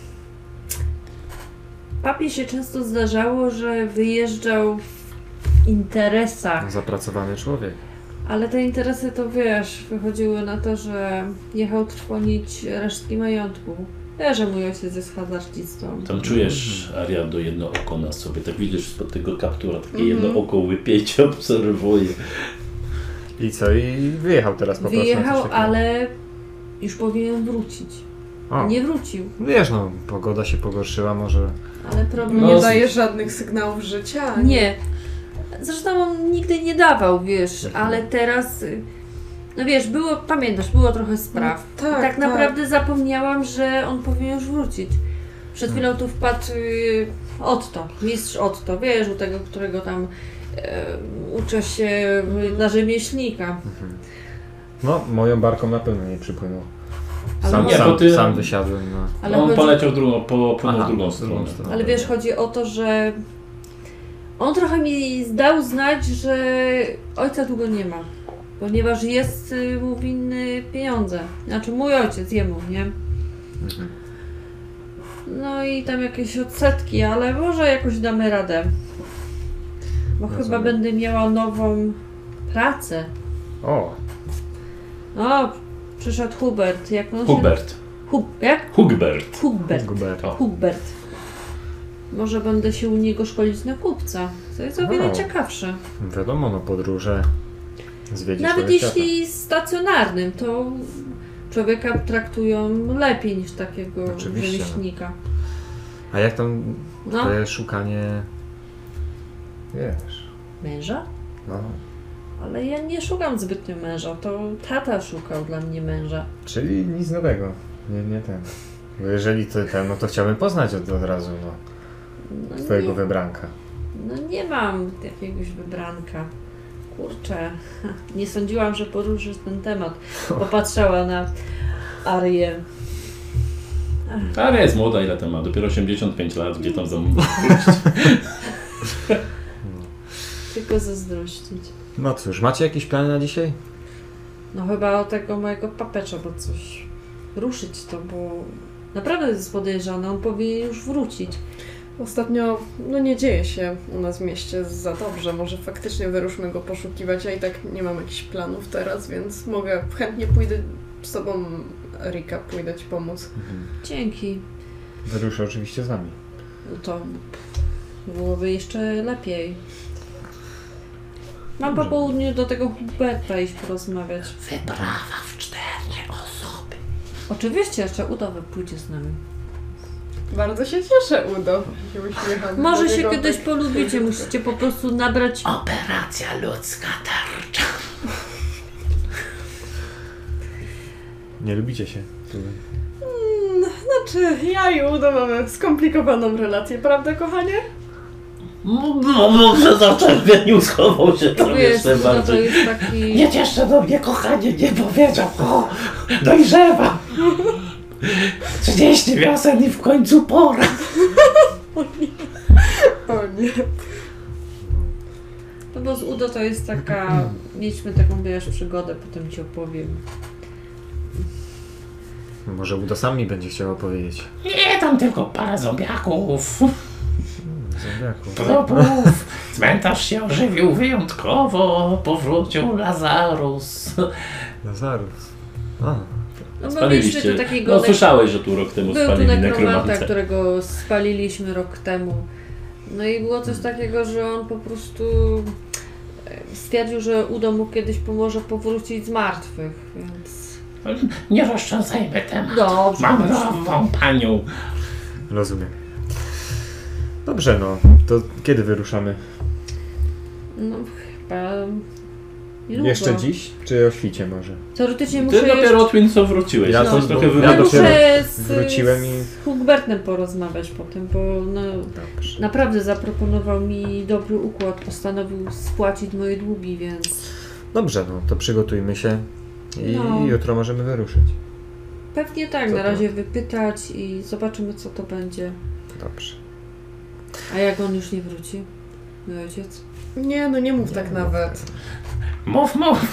Papie się często zdarzało, że wyjeżdżał w interesach, Zapracowany człowiek. ale te interesy to wiesz, wychodziły na to, że jechał trwonić resztki majątku. Wiesz, że mój ojciec jest hazardzistą. Tam czujesz, Ariado, jedno oko na sobie. Tak widzisz spod tego kaptura, takie Mhm. jedno oko łypie i cię obserwuje. I co? I wyjechał teraz po prostu. na coś Wyjechał, takiego. ale już powinien wrócić. O, Nie wrócił, wiesz, no, pogoda się pogorszyła, może... ale problem No, Nie jest... daje żadnych sygnałów życia. ani- Nie. Zresztą on nigdy nie dawał, wiesz, Mhm. ale teraz... y, No wiesz, było, pamiętasz, było trochę spraw. No, tak, I tak tak. naprawdę zapomniałam, że on powinien już wrócić. Przed chwilą tu wpadł y, Otto, mistrz Otto, wiesz, u tego, którego tam e, uczę się na rzemieślnika. Mhm. No, moją barką na pewno nie przypłynął. Ale Sam, może- sam, Nie, bo ty- sam wysiadłem, no. Ale, on chodzi, poleciał drugą, po, płynął Aha, w drugą w drugą stronę. stronę. ale wiesz, chodzi o to, że on trochę mi dał znać, że ojca długo nie ma. Ponieważ jest y, mu winny pieniądze. Znaczy mój ojciec jemu, nie? Mhm. No i tam jakieś odsetki, ale może jakoś damy radę. Bo Rozumiem. chyba będę miała nową pracę. O, O, przyszedł Hubert. Jak on się... Hubert. Hub... Jak? Hugbert. Hubert. Hubert. O. Hubert. Może będę się u niego szkolić na kupca. Co jest o wiele O. ciekawsze. Wiadomo, no podróże zwiedzić Nawet trochę świata. jeśli stacjonarnym, to człowieka traktują lepiej niż takiego Oczywiście, no. rzemieślnika. A jak tam No, twoje szukanie... Wiesz, męża? no... Ale ja nie szukam zbytnio męża, to tata szukał dla mnie męża. Czyli nic nowego. Nie, nie ten. Bo jeżeli to ten, no to chciałbym poznać od, od razu, no, No twojego nie, wybranka. no nie mam jakiegoś wybranka. Kurczę, nie sądziłam, że poruszysz ten temat. Popatrzała na Arię. Ale jest młoda, ile tam ma? Dopiero osiemdziesiąt pięć lat, gdzie tam za mną. Tylko zazdrościć. No cóż, macie jakieś plany na dzisiaj? No chyba o tego mojego papę trzeba coś ruszyć to, bo naprawdę jest podejrzany, on powinien już wrócić. Ostatnio, no nie dzieje się u nas w mieście za dobrze, może faktycznie wyruszmy go poszukiwać, ja i tak nie mam jakichś planów teraz, więc mogę, chętnie pójdę z tobą, Erika, pójdę ci pomóc. Mhm. Dzięki. Wyruszę oczywiście z nami. No to byłoby jeszcze lepiej. Mam po Dobrze. południu do tego Huberta iść porozmawiać. Wyprawa w cztery osoby. Oczywiście jeszcze Udowy pójdzie z nami. Bardzo się cieszę, Udo, się uśmiecham. Może do się niego kiedyś tak- polubicie, musicie po prostu nabrać... Operacja ludzka tarcza. Nie lubicie się? Mm, Znaczy, ja i Udo mamy skomplikowaną relację, prawda, kochanie? No, może za czerwieniu schował się tam Wiesz, jeszcze Udo to bardziej. jest taki... Nic jeszcze do mnie, kochanie, nie powiedział. O, dojrzewam. trzydzieści wiosen i w końcu pora. O nie. No bo z Udo to jest taka... Mieliśmy taką, wiesz, przygodę, potem ci opowiem. Może Udo sam mi będzie chciał opowiedzieć. Nie, tam tylko parę zombiaków. Zombiaków. Probów. Cmentarz się ożywił wyjątkowo. Powrócił Lazarus. Lazarus. A, No bo Spaliliście. mieliśmy tu takiego... No nek- słyszałeś, że tu rok temu Był tu spalili nekromanta, nekromantę. którego spaliliśmy rok temu. No i było coś takiego, że on po prostu e, stwierdził, że Udo mu kiedyś pomoże powrócić z martwych, więc... Nie rozwiązajmy tematu. Dobrze. Mam nową panią. rozumiem. Dobrze, no. To kiedy wyruszamy? No chyba... niedługo. Jeszcze dziś? Czy o świcie może? Teoretycznie Ty muszę dopiero jeszcze od Windsor wróciłeś. Ja Ja to- coś trochę bo- ja ja wywiadu. dopiero muszę z, wróciłem i- z Hugbertem porozmawiać potem, bo no, Dobrze. naprawdę zaproponował mi dobry układ, postanowił spłacić moje długi, więc Dobrze, no to przygotujmy się i No. jutro możemy wyruszyć. pewnie tak, Co na to? razie wypytać i zobaczymy, co to będzie. Dobrze. A jak on już nie wróci? Mój ojciec? Nie, no nie mów tak nawet. Mów, mów.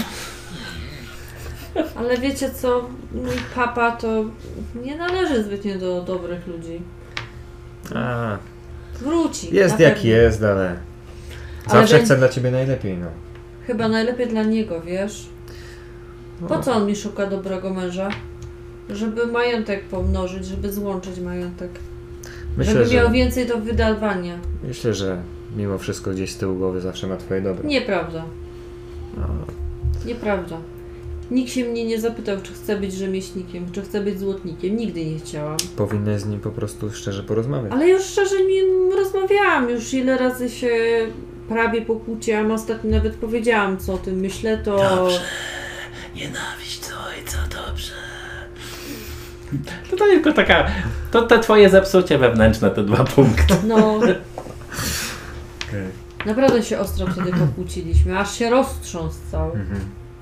Ale wiecie co, mój papa to nie należy zbytnio do dobrych ludzi. A, Wróci. jest na jak pewno. jest, ale Ale zawsze bę- chcę dla ciebie najlepiej, no. Chyba najlepiej dla niego, wiesz? Po No. co on mi szuka dobrego męża? Żeby majątek pomnożyć, żeby złączyć majątek. Myślę, żeby miał że, więcej do wydawania. myślę, że mimo wszystko gdzieś z tyłu głowy zawsze ma twoje dobro. Nieprawda. No, Nieprawda. Nikt się mnie nie zapytał, czy chcę być rzemieślnikiem, czy chcę być złotnikiem. Nigdy nie chciałam. powinnaś z nim po prostu szczerze porozmawiać. Ale już szczerze nim rozmawiałam. Już ile razy się prawie pokłóciłam. Ostatnio nawet powiedziałam, co o tym myślę, to... Dobrze. Nienawiść do ojca, dobrze. To, to tylko taka, to te twoje zepsucie wewnętrzne, te dwa punkty. No, Okej. naprawdę się ostro wtedy pokłóciliśmy. Aż się roztrząsł cały. Mhm.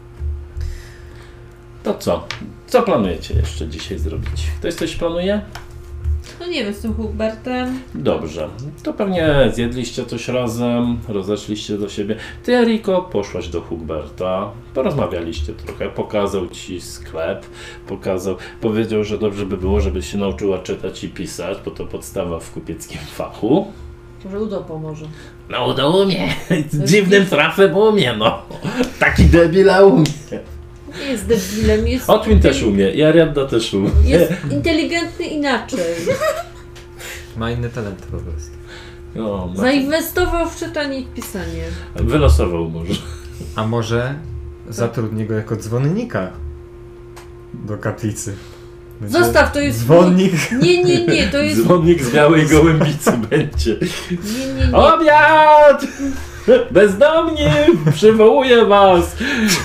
To co? Co planujecie jeszcze dzisiaj zrobić? Ktoś coś planuje? No nie wiem, z tym Hubertem. Dobrze. To pewnie zjedliście coś razem, rozeszliście do siebie. Ty, Eriko, poszłaś do Hugberta, porozmawialiście trochę, pokazał ci sklep, pokazał, powiedział, że dobrze by było, żebyś się nauczyła czytać i pisać, bo to podstawa w kupieckim fachu. Może Udo pomoże. No to umie. Dziwnym trafem umie, no. Taki debil, a umie. Nie jest debilem, jest... Otwin też umie i Ariadna też umie. Jest inteligentny inaczej. Ma inne talenty po prostu. No, ma- Zainwestował w czytanie i pisanie. Wylosował może. A może zatrudni go jako dzwonnika do kaplicy? Będzie Zostaw, to jest... dzwonnik. Nie, nie, nie, to jest... Dzwonnik z białej gołębicy będzie. Nie, nie, nie. Obiad! Bezdomni! Przywołuję was!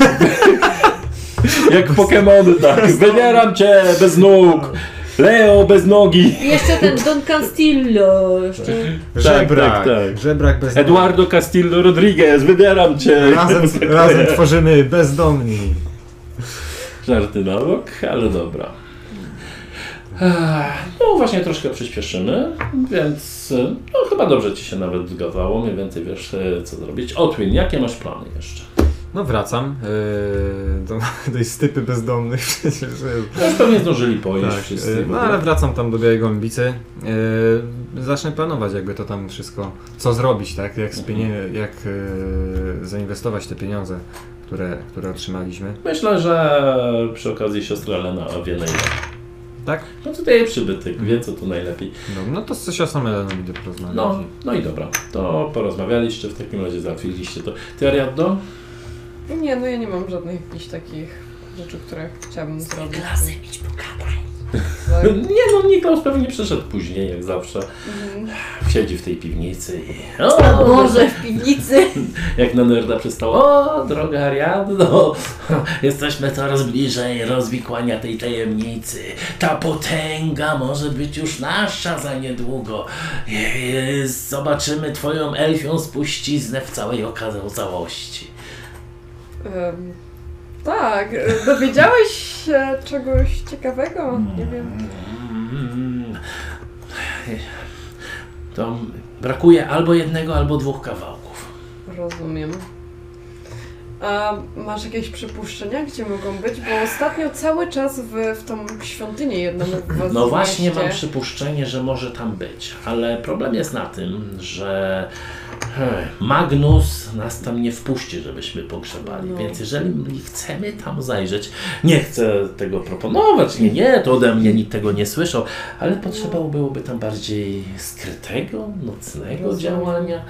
Jak Pokemony, tak. Wybieram cię bez nóg! Leo bez nogi! I jeszcze ten Don Castillo. Jeszcze... Żebrak. tak, tak. Żebrak bez Eduardo Castillo Rodriguez, wybieram cię! Razem, razem tworzymy bezdomni. Żarty na bok, ale dobra. No właśnie troszkę przyspieszymy, więc no chyba dobrze ci się nawet zgadzało, mniej więcej wiesz co zrobić. Otwin, jakie masz plany jeszcze? No wracam yy, do tej stypy bezdomnych przecież. No już pewnie zdążyli pojeść Tak, wszyscy. yy, no ale wracam tam do Białej Gołębicy. Yy, zacznę planować jakby to tam wszystko, co zrobić, tak? Jak, z pienie- jak yy, zainwestować te pieniądze, które, które otrzymaliśmy. Myślę, że przy okazji siostra Elena wie najlepiej. Tak? No tutaj jej przybytek, wie co tu najlepiej. No, no to z siostrą Eleną idę porozmawiać. No, no i dobra, to porozmawialiście, w takim razie załatwiliście to. Ty Ariadno? Nie, no ja nie mam żadnych jakichś takich rzeczy, które chciałabym zrobić. idź pogadaj. Tak. Nie no, Niklaus pewnie przyszedł później, jak zawsze. Mhm. Siedzi w tej piwnicy i... O Boże, w piwnicy. Jak na nerda przystał, o droga Ariadno, jesteśmy coraz bliżej rozwikłania tej tajemnicy. Ta potęga może być już nasza za niedługo. I zobaczymy twoją elfią spuściznę w całej okazałości. Em, tak, e, dowiedziałeś się czegoś ciekawego? Nie wiem. Mm. To brakuje albo jednego, albo dwóch kawałków. Rozumiem. A masz jakieś przypuszczenia, gdzie mogą być? Bo ostatnio cały czas w, w tą świątynię jedną w No właśnie mieście. mam przypuszczenie, że może tam być, ale problem jest na tym, że hej, Magnus nas tam nie wpuści, żebyśmy pogrzebali, No. więc jeżeli chcemy tam zajrzeć, nie chcę tego proponować, nie, nie, to ode mnie nikt tego nie słyszał, ale potrzeba byłoby tam bardziej skrytego, nocnego Rozumiem. działania.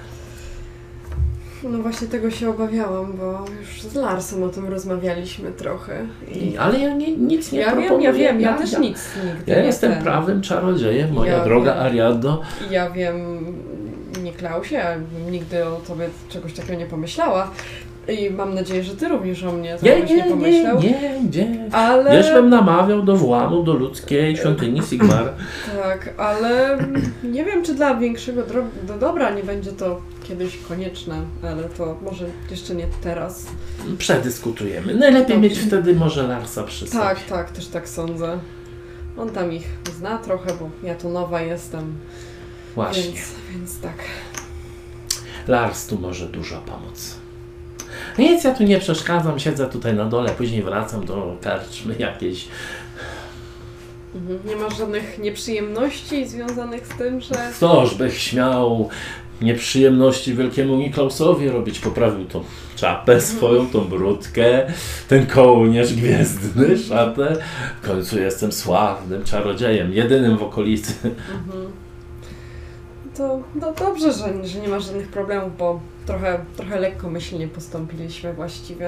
No właśnie tego się obawiałam, bo już z Larsem o tym rozmawialiśmy trochę. I, ale ja nie, nic nie ja wiem, proponuję. ja wiem, ja, też nic nigdy Ja nie jestem ten. prawym czarodziejem, moja Ja droga wiem. Ariadno. Ja wiem, nie Klausie, ja bym nigdy o tobie czegoś takiego nie pomyślała. I mam nadzieję, że ty również o mnie Nie, czegoś nie, nie nie, pomyślał. nie, nie. Ale... Już bym namawiał do włamu do ludzkiej świątyni Sigmar. Tak, ale nie wiem, czy dla większego dro- do dobra nie będzie to kiedyś konieczne, ale to może jeszcze nie teraz. Przedyskutujemy. Najlepiej Dobrze. mieć wtedy może Larsa przy sobie. Tak, tak, też tak sądzę. On tam ich zna trochę, bo ja tu nowa jestem, Właśnie. więc, więc tak. Lars tu może dużo pomóc. Nic, ja tu nie przeszkadzam, siedzę tutaj na dole, później wracam do karczmy jakiejś. Mhm. Nie masz żadnych nieprzyjemności związanych z tym, że... Ktoż by śmiał nieprzyjemności wielkiemu Niklausowi robić, poprawił tą czapę swoją, tą brudkę, ten kołnierz gwiezdny, szatę. W końcu jestem sławnym czarodziejem, jedynym w okolicy. Mhm. To no dobrze, że, że nie masz żadnych problemów, bo trochę, trochę lekkomyślnie postąpiliśmy właściwie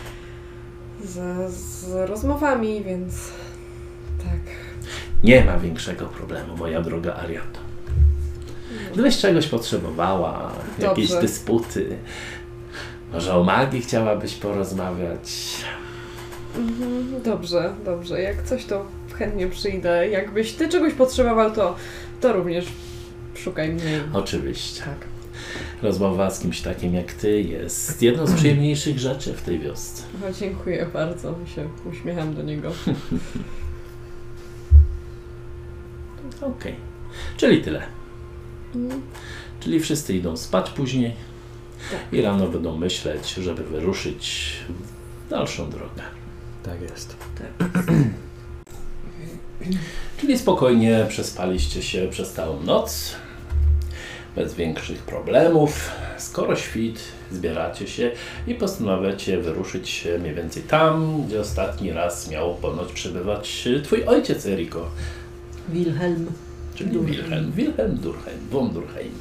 z, z rozmowami, więc tak. Nie ma większego problemu, moja droga Ariadno. Gdybyś czegoś potrzebowała, jakieś Dobrze. dysputy, może o magii chciałabyś porozmawiać. Mhm, dobrze, dobrze. Jak coś, to chętnie przyjdę. Jakbyś ty czegoś potrzebował, to, to również szukaj mnie. Oczywiście. Tak. Rozmowa z kimś takim jak ty jest jedną z przyjemniejszych rzeczy w tej wiosce. O, dziękuję bardzo. Się uśmiecham do niego. Okej. Czyli tyle. Mhm. Czyli wszyscy idą spać później Tak. i rano będą myśleć, żeby wyruszyć w dalszą drogę. Tak jest. Czyli spokojnie przespaliście się przez całą noc. bez większych problemów. Skoro świt, zbieracie się i postanawiacie wyruszyć mniej więcej tam, gdzie ostatni raz miał ponoć przebywać twój ojciec Eriko. Wilhelm. Czyli Durkheim. Wilhelm, Wilhelm Durkheim, von Durkheim.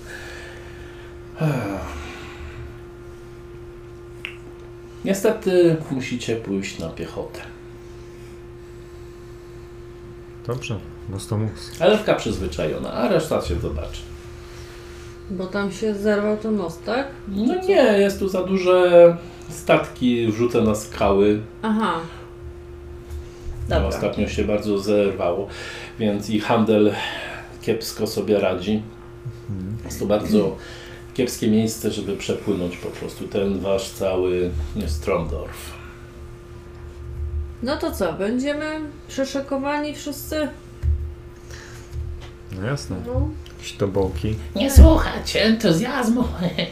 Niestety musicie pójść na piechotę. Dobrze, mus to mus. Elfka przyzwyczajona, a reszta się zobaczy. Bo tam się zerwał ten most, tak? No nie, jest tu za duże statki wrzucę na skały. Aha. No, Dobra. ostatnio się bardzo zerwało, więc i handel kiepsko sobie radzi. Jest to bardzo kiepskie miejsce, żeby przepłynąć po prostu ten wasz cały Stromdorf. No to co, będziemy przeszokowani wszyscy? No jasne. No. Jakieś tobołki. Nie słuchajcie entuzjazmu.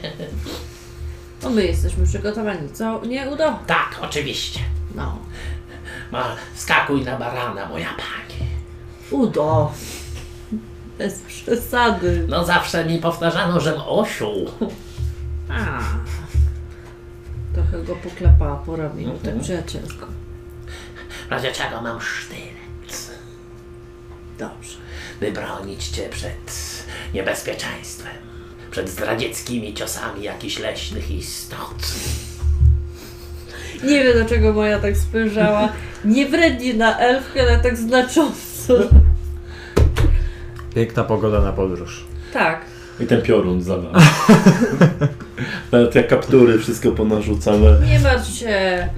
No my jesteśmy przygotowani, co? Nie, Udo? Tak, oczywiście. No. Ma, wskakuj na barana, moja pani. Udo. Bez przesady. No zawsze mi powtarzano, żem osioł. A. Trochę go poklepała po ramieniu, Mhm. tak przyjacielsko. W razie czego mam sztylet, Dobrze. by bronić cię przed niebezpieczeństwem, przed zdradzieckimi ciosami jakichś leśnych istot. Nie wiem, dlaczego moja tak spojrzała. Nie wrednie na elfkę, ale tak znacząco. Piękna pogoda na podróż. Tak. I ten piorun za nami. Nawet jak kaptury, wszystko ponarzucane. Nie martw się.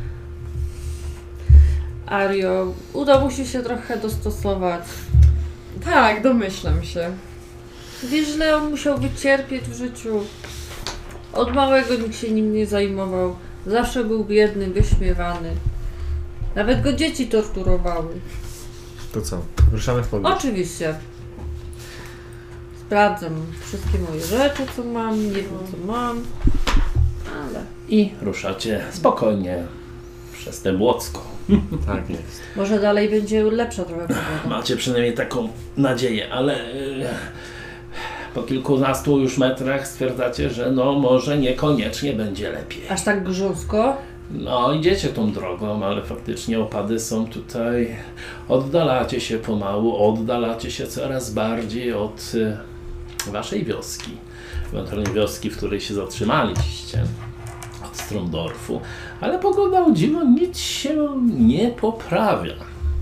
Ario, Udo musi się trochę dostosować. Tak, domyślam się. Wiesz, że on musiał wycierpieć w życiu. Od małego nikt się nim nie zajmował. Zawsze był biedny, wyśmiewany. Nawet go dzieci torturowały. To co? Ruszamy w podróż. Oczywiście. Sprawdzam wszystkie moje rzeczy, co mam, nie wiem co mam. Ale I ruszacie spokojnie przez te Błocko. Tak jest. może dalej będzie lepsza trochę pogoda. Macie przynajmniej taką nadzieję, ale yy, po kilkunastu już metrach stwierdzacie, że no może niekoniecznie będzie lepiej. Aż tak grząsko? No idziecie tą drogą, ale faktycznie opady są tutaj. Oddalacie się pomału, oddalacie się coraz bardziej od y, waszej wioski. Ewentualnie wioski, w której się zatrzymaliście. Od Stromdorfu. Ale pogoda o dziwo nic się nie poprawia.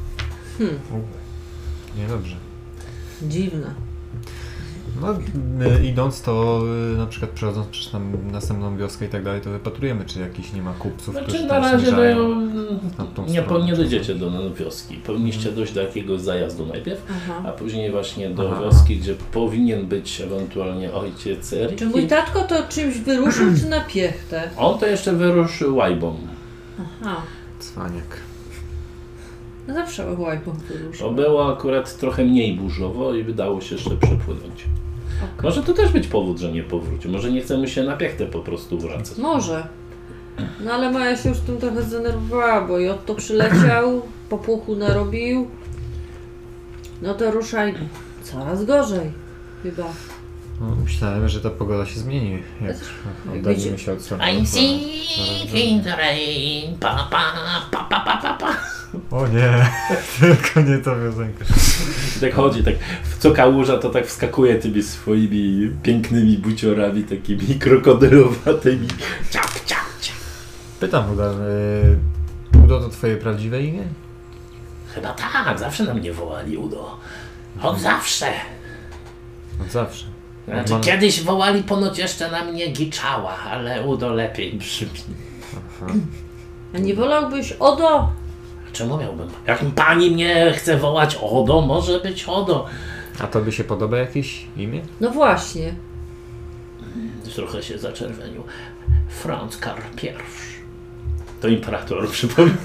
Niedobrze. Dziwne. No, y, idąc to y, na przykład przechodząc przez tam następną wioskę i tak dalej, to wypatrujemy, czy jakiś nie ma kupców, Znaczy którzy na tam razie zmierzają. no, w tą nie, po, stronę, nie czy dojdziecie coś. do wioski. Powinniście dojść do jakiegoś zajazdu najpierw, Aha. a później właśnie do Aha. wioski, gdzie powinien być ewentualnie ojciec Eriki. Czy mój tatko to czymś wyruszył, czy na piechtę? On to jeszcze wyruszył łajbą. Aha. Cwaniak. No zawsze łajbą To wyruszył. było akurat trochę mniej burzowo i wydało się jeszcze przepłynąć. Okay. Może to też być powód, że nie powrócił. Może nie chcemy się na piechtę po prostu wracać. Może. No ale Maja się już tym trochę zdenerwowała, bo i Otto przyleciał, popłochu narobił. No to ruszajmy. Coraz gorzej. Chyba. No, myślałem, że ta pogoda się zmieni, jak Jak oddalimy wiecie- się od strony. I'm seeking the rain, pa pa pa pa pa pa pa. O nie, tylko nie ta piosenka. I tak chodzi, tak co kałuża, to tak wskakuje tymi swoimi pięknymi buciorami, takimi krokodylowatymi. Ciap, ciap, ciap. Pytam, Uda, y, Udo to twoje prawdziwe imię? Chyba tak, zawsze na mnie wołali Udo. Od zawsze. Od zawsze. Znaczy, Od ma- kiedyś wołali ponoć jeszcze na mnie Giczała, ale Udo lepiej brzmi. Aha. A nie wolałbyś Odo? Czemu miałbym? Jak pani mnie chce wołać Odo, może być Odo. A tobie się podoba jakieś imię? No właśnie. Trochę się zaczerwenił. Franz Karl pierwszy. To imperator, przypomina.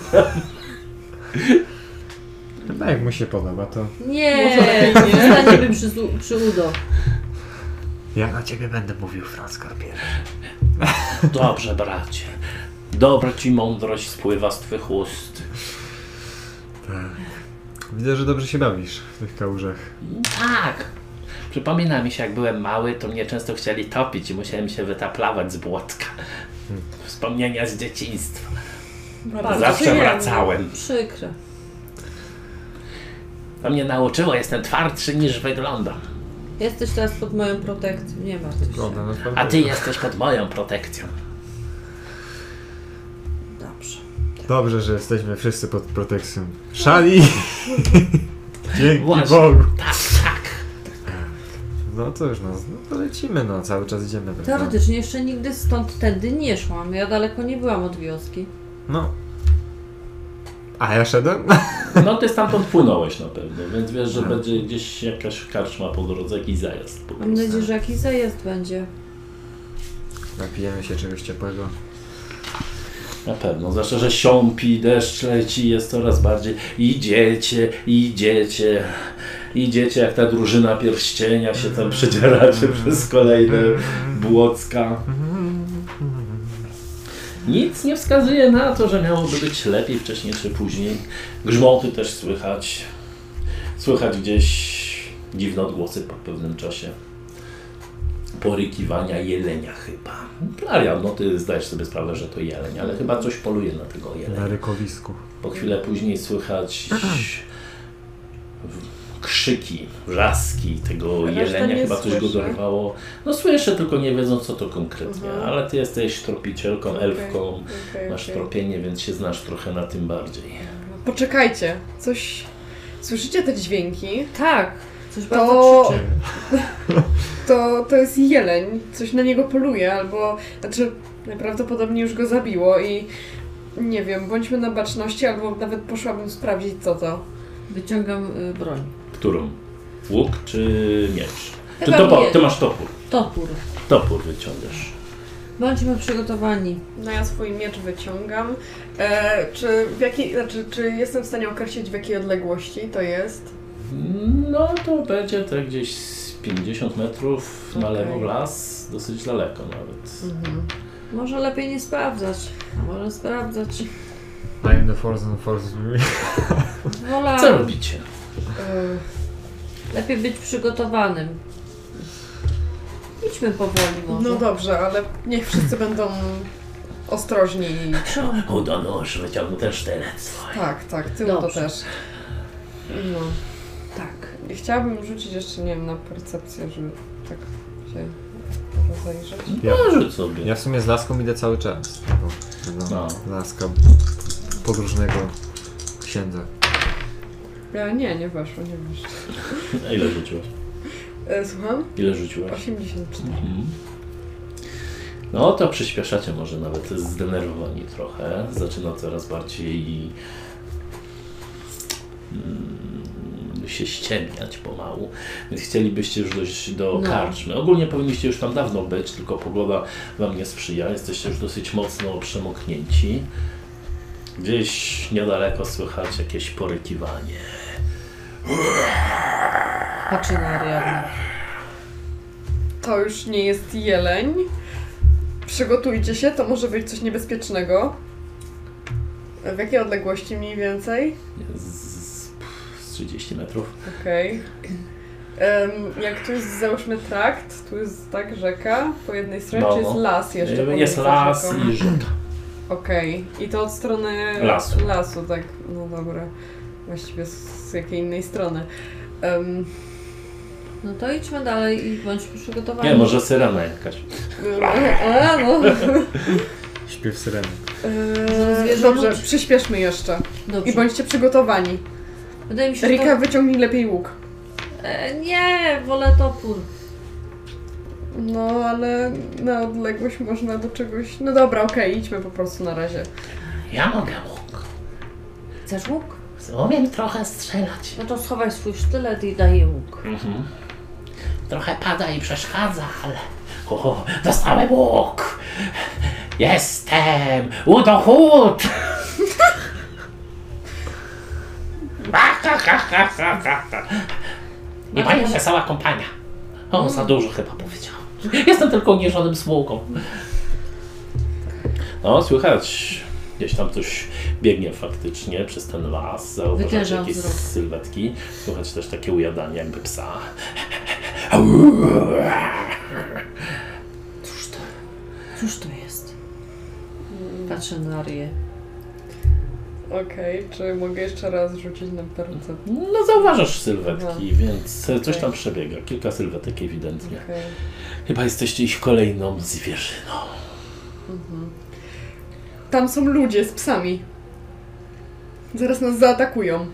Chyba jak mu się podoba, to Nie, zostaniemy przy, przy Udo. ja na ciebie będę mówił Franz Karpier. Dobrze, bracie. Dobra ci mądrość spływa z twych ust. Tak. Widzę, że dobrze się bawisz w tych kałużach. Tak. Przypomina mi się, jak byłem mały, to mnie często chcieli topić i musiałem się wytaplawać z błotka. Wspomnienia z dzieciństwa. Bardzo Zawsze przyjemne. wracałem. Przykre. To mnie nauczyło, jestem twardszy niż wyglądam. Jesteś teraz pod moją protekcją, nie martw się. Wygląda na A ty jesteś pod moją protekcją. Dobrze. Dobrze, że jesteśmy wszyscy pod protekcją. Szali! Dzięki Właśnie. Bogu! Tak, tak. No to już no, no to lecimy, no cały czas idziemy. prawda? Teoretycznie jeszcze nigdy stąd tędy nie szłam. Ja daleko nie byłam od wioski. No. A ja szedłem? No ty stamtąd płynąłeś na pewno, więc wiesz, że będzie gdzieś jakaś karczma po drodze, jakiś zajazd. Po Mam prostu. nadzieję, że jakiś zajazd będzie. Napijemy się czegoś ciepłego. Na pewno, zwłaszcza, że siąpi, deszcz leci, jest coraz bardziej. Idziecie, idziecie, idziecie jak ta drużyna pierścienia się tam przedzieracie przez kolejne błocka. Nic nie wskazuje na to, że miałoby być lepiej wcześniej czy później. Grzmoty też słychać. Słychać gdzieś dziwne odgłosy po pewnym czasie. Porykiwania jelenia chyba. Arian, no ty zdajesz sobie sprawę, że to jeleń, ale chyba coś poluje na tego Na jelenia. rykowisku. Po chwilę później słychać krzyki, wrzaski tego Reszta jelenia, nie chyba coś go słyszę. dorwało. No słyszę, tylko nie wiedząc co to konkretnie, Mhm. ale ty jesteś tropicielką, Okej, elfką, okej, masz okej. tropienie, więc się znasz trochę na tym bardziej. Poczekajcie, coś... Słyszycie te dźwięki? Tak, coś To- bardzo krzyczy. To, to jest jeleń, coś na niego poluje, albo... Znaczy, najprawdopodobniej już go zabiło i... Nie wiem, bądźmy na baczności, albo nawet poszłabym sprawdzić co to. Wyciągam y, broń. Którą? Łuk czy miecz? Ty, Chyba topo, miecz. ty masz topór. Topór. Topór wyciągasz. Bądźmy przygotowani. No ja swój miecz wyciągam. E, czy, w jakiej, znaczy, czy jestem w stanie określić w jakiej odległości to jest? No to będzie tak gdzieś z pięćdziesiąt metrów na Okej. lewo w las, dosyć daleko nawet. Mhm. Może lepiej nie sprawdzać. A może sprawdzać. I'm the force and force me. Wola... Co robicie? E, Lepiej być przygotowanym. Idźmy powoli może. no dobrze, ale niech wszyscy będą ostrożni. i- Udo nóż, wyciągnął ten sztylet swój. Tak, tak, tyłu to Dobrze. też. No. Tak. I chciałabym rzucić jeszcze, nie wiem, na percepcję, żeby tak się rozejrzeć. Ja, No, rzuć sobie. ja w sumie z laską idę cały czas. Tego, tego No. laska podróżnego księdza. Ja, nie, nie weszło, nie weszło. A ile rzuciłaś? E, słucham? Ile rzuciłaś? osiemdziesiąt cztery. Mhm. No to przyspieszacie może nawet zdenerwowani trochę. Zaczyna coraz bardziej mm, się ściemniać pomału. Więc chcielibyście już dojść do No. karczmy. Ogólnie powinniście już tam dawno być, tylko pogoda wam nie sprzyja. Jesteście już dosyć mocno przemoknięci. Gdzieś niedaleko słychać jakieś porykiwanie. Patrzę na Ariadnę. To już nie jest jeleń. Przygotujcie się, to może być coś niebezpiecznego. W jakiej odległości mniej więcej? Z, z trzydzieści metrów. Okej. Em, jak tu jest, załóżmy, trakt, tu jest tak rzeka, po jednej stronie, No, czy jest no. las jeszcze? Jest pomiędzy las rzeką? i rzeka. Okej. I to od strony Lasu. lasu, tak. No dobra. Właściwie z, z jakiej innej strony. Um, No to idźmy dalej i bądźmy przygotowani. Nie, może syrena jakaś. A, no. Śpiew syreny. Eee, zwierzę dobrze, ludzi. przyspieszmy jeszcze. Dobrze. I bądźcie przygotowani. Wydaje mi się, że Rika, to... wyciągnij lepiej łuk. E, nie, wolę topór. No, ale na odległość można do czegoś... No dobra, okej, idźmy po prostu na razie. Ja mogę łuk. Chcesz łuk? Umiem trochę strzelać. No to schowaj swój sztylet i daj łuk. Mhm. Trochę pada i przeszkadza, ale... O, dostałem łuk! Jestem Udochód! Nie moja wesoła kompania. O, za dużo chyba powiedział. Jestem tylko unieżonym sługą. No, słychać. Gdzieś tam coś biegnie faktycznie przez ten las. Zauważacie Wytężam jakieś wzrok. sylwetki. Słychać też takie ujadanie jakby psa. Cóż to? Cóż to jest? Patrzę na Arię. Okej, czy mogę jeszcze raz rzucić na percepcję? No zauważasz sylwetki, Aha. więc coś Okej. tam przebiega. Kilka sylwetek ewidentnie. Okej. Chyba jesteście ich kolejną zwierzyną. Mhm. Tam są ludzie z psami. Zaraz nas zaatakują.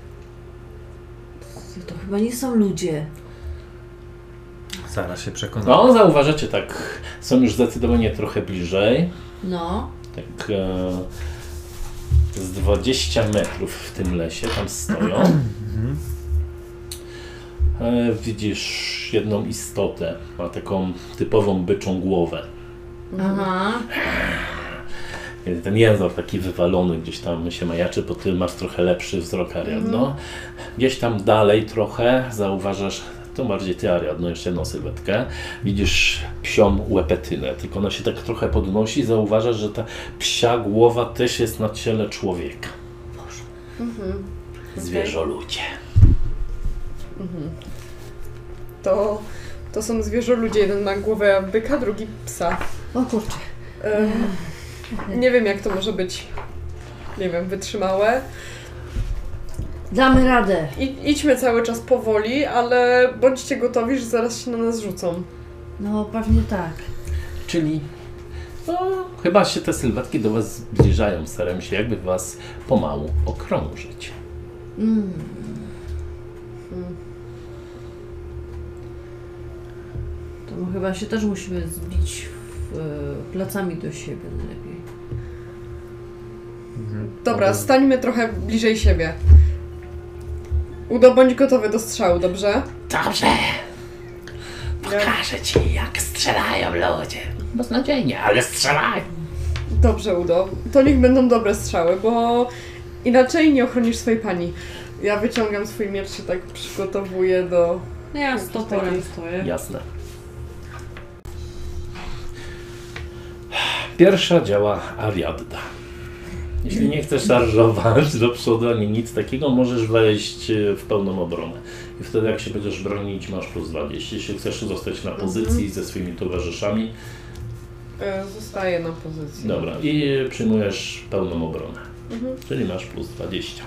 To chyba nie są ludzie. Zaraz się przekonam. No, zauważacie tak, są już zdecydowanie trochę bliżej. No. Tak e, z dwadzieścia metrów w tym lesie tam stoją. Mhm. E, widzisz jedną istotę, ma taką typową byczą głowę. Aha. Ten język taki wywalony gdzieś tam się majaczy, bo ty masz trochę lepszy wzrok, Ariadno. Gdzieś tam dalej trochę zauważasz, to bardziej ty, Ariadno, jeszcze jedną sylwetkę. Widzisz psią łepetynę, tylko ona się tak trochę podnosi i zauważasz, że ta psia głowa też jest na ciele człowieka. Mhm. Zwierzoludzie. Mhm. To, to są zwierzoludzie. Jeden ma głowę byka, drugi psa. O kurczę. Ym, nie wiem, jak to może być, nie wiem, wytrzymałe. Damy radę. I, idźmy cały czas powoli, ale bądźcie gotowi, że zaraz się na nas rzucą. No pewnie tak. Czyli no, chyba się te sylwetki do was zbliżają, starają się jakby was pomału okrążyć. Mm. Hmm. To my chyba się też musimy zbić w, e, plecami do siebie najlepiej. Mhm. Dobra, Mogę- stańmy trochę bliżej siebie. Udo, bądź gotowy do strzału, dobrze? Dobrze, pokażę ci, jak strzelają ludzie. Beznadziejnie, ale strzelają. Dobrze, Udo. To niech będą dobre strzały, bo inaczej nie ochronisz swojej pani. Ja wyciągam swój miecz, się tak przygotowuję do... No ja z stoporem stoję. Jasne. Pierwsza działa Ariadna. Jeśli nie chcesz szarżować do przodu ani nic takiego, możesz wejść w pełną obronę. I wtedy jak się będziesz bronić, masz plus dwadzieścia. Jeśli chcesz zostać na pozycji ze swoimi towarzyszami, E, zostaję na pozycji. dobra, i przyjmujesz pełną obronę. Mhm. Czyli masz plus dwadzieścia.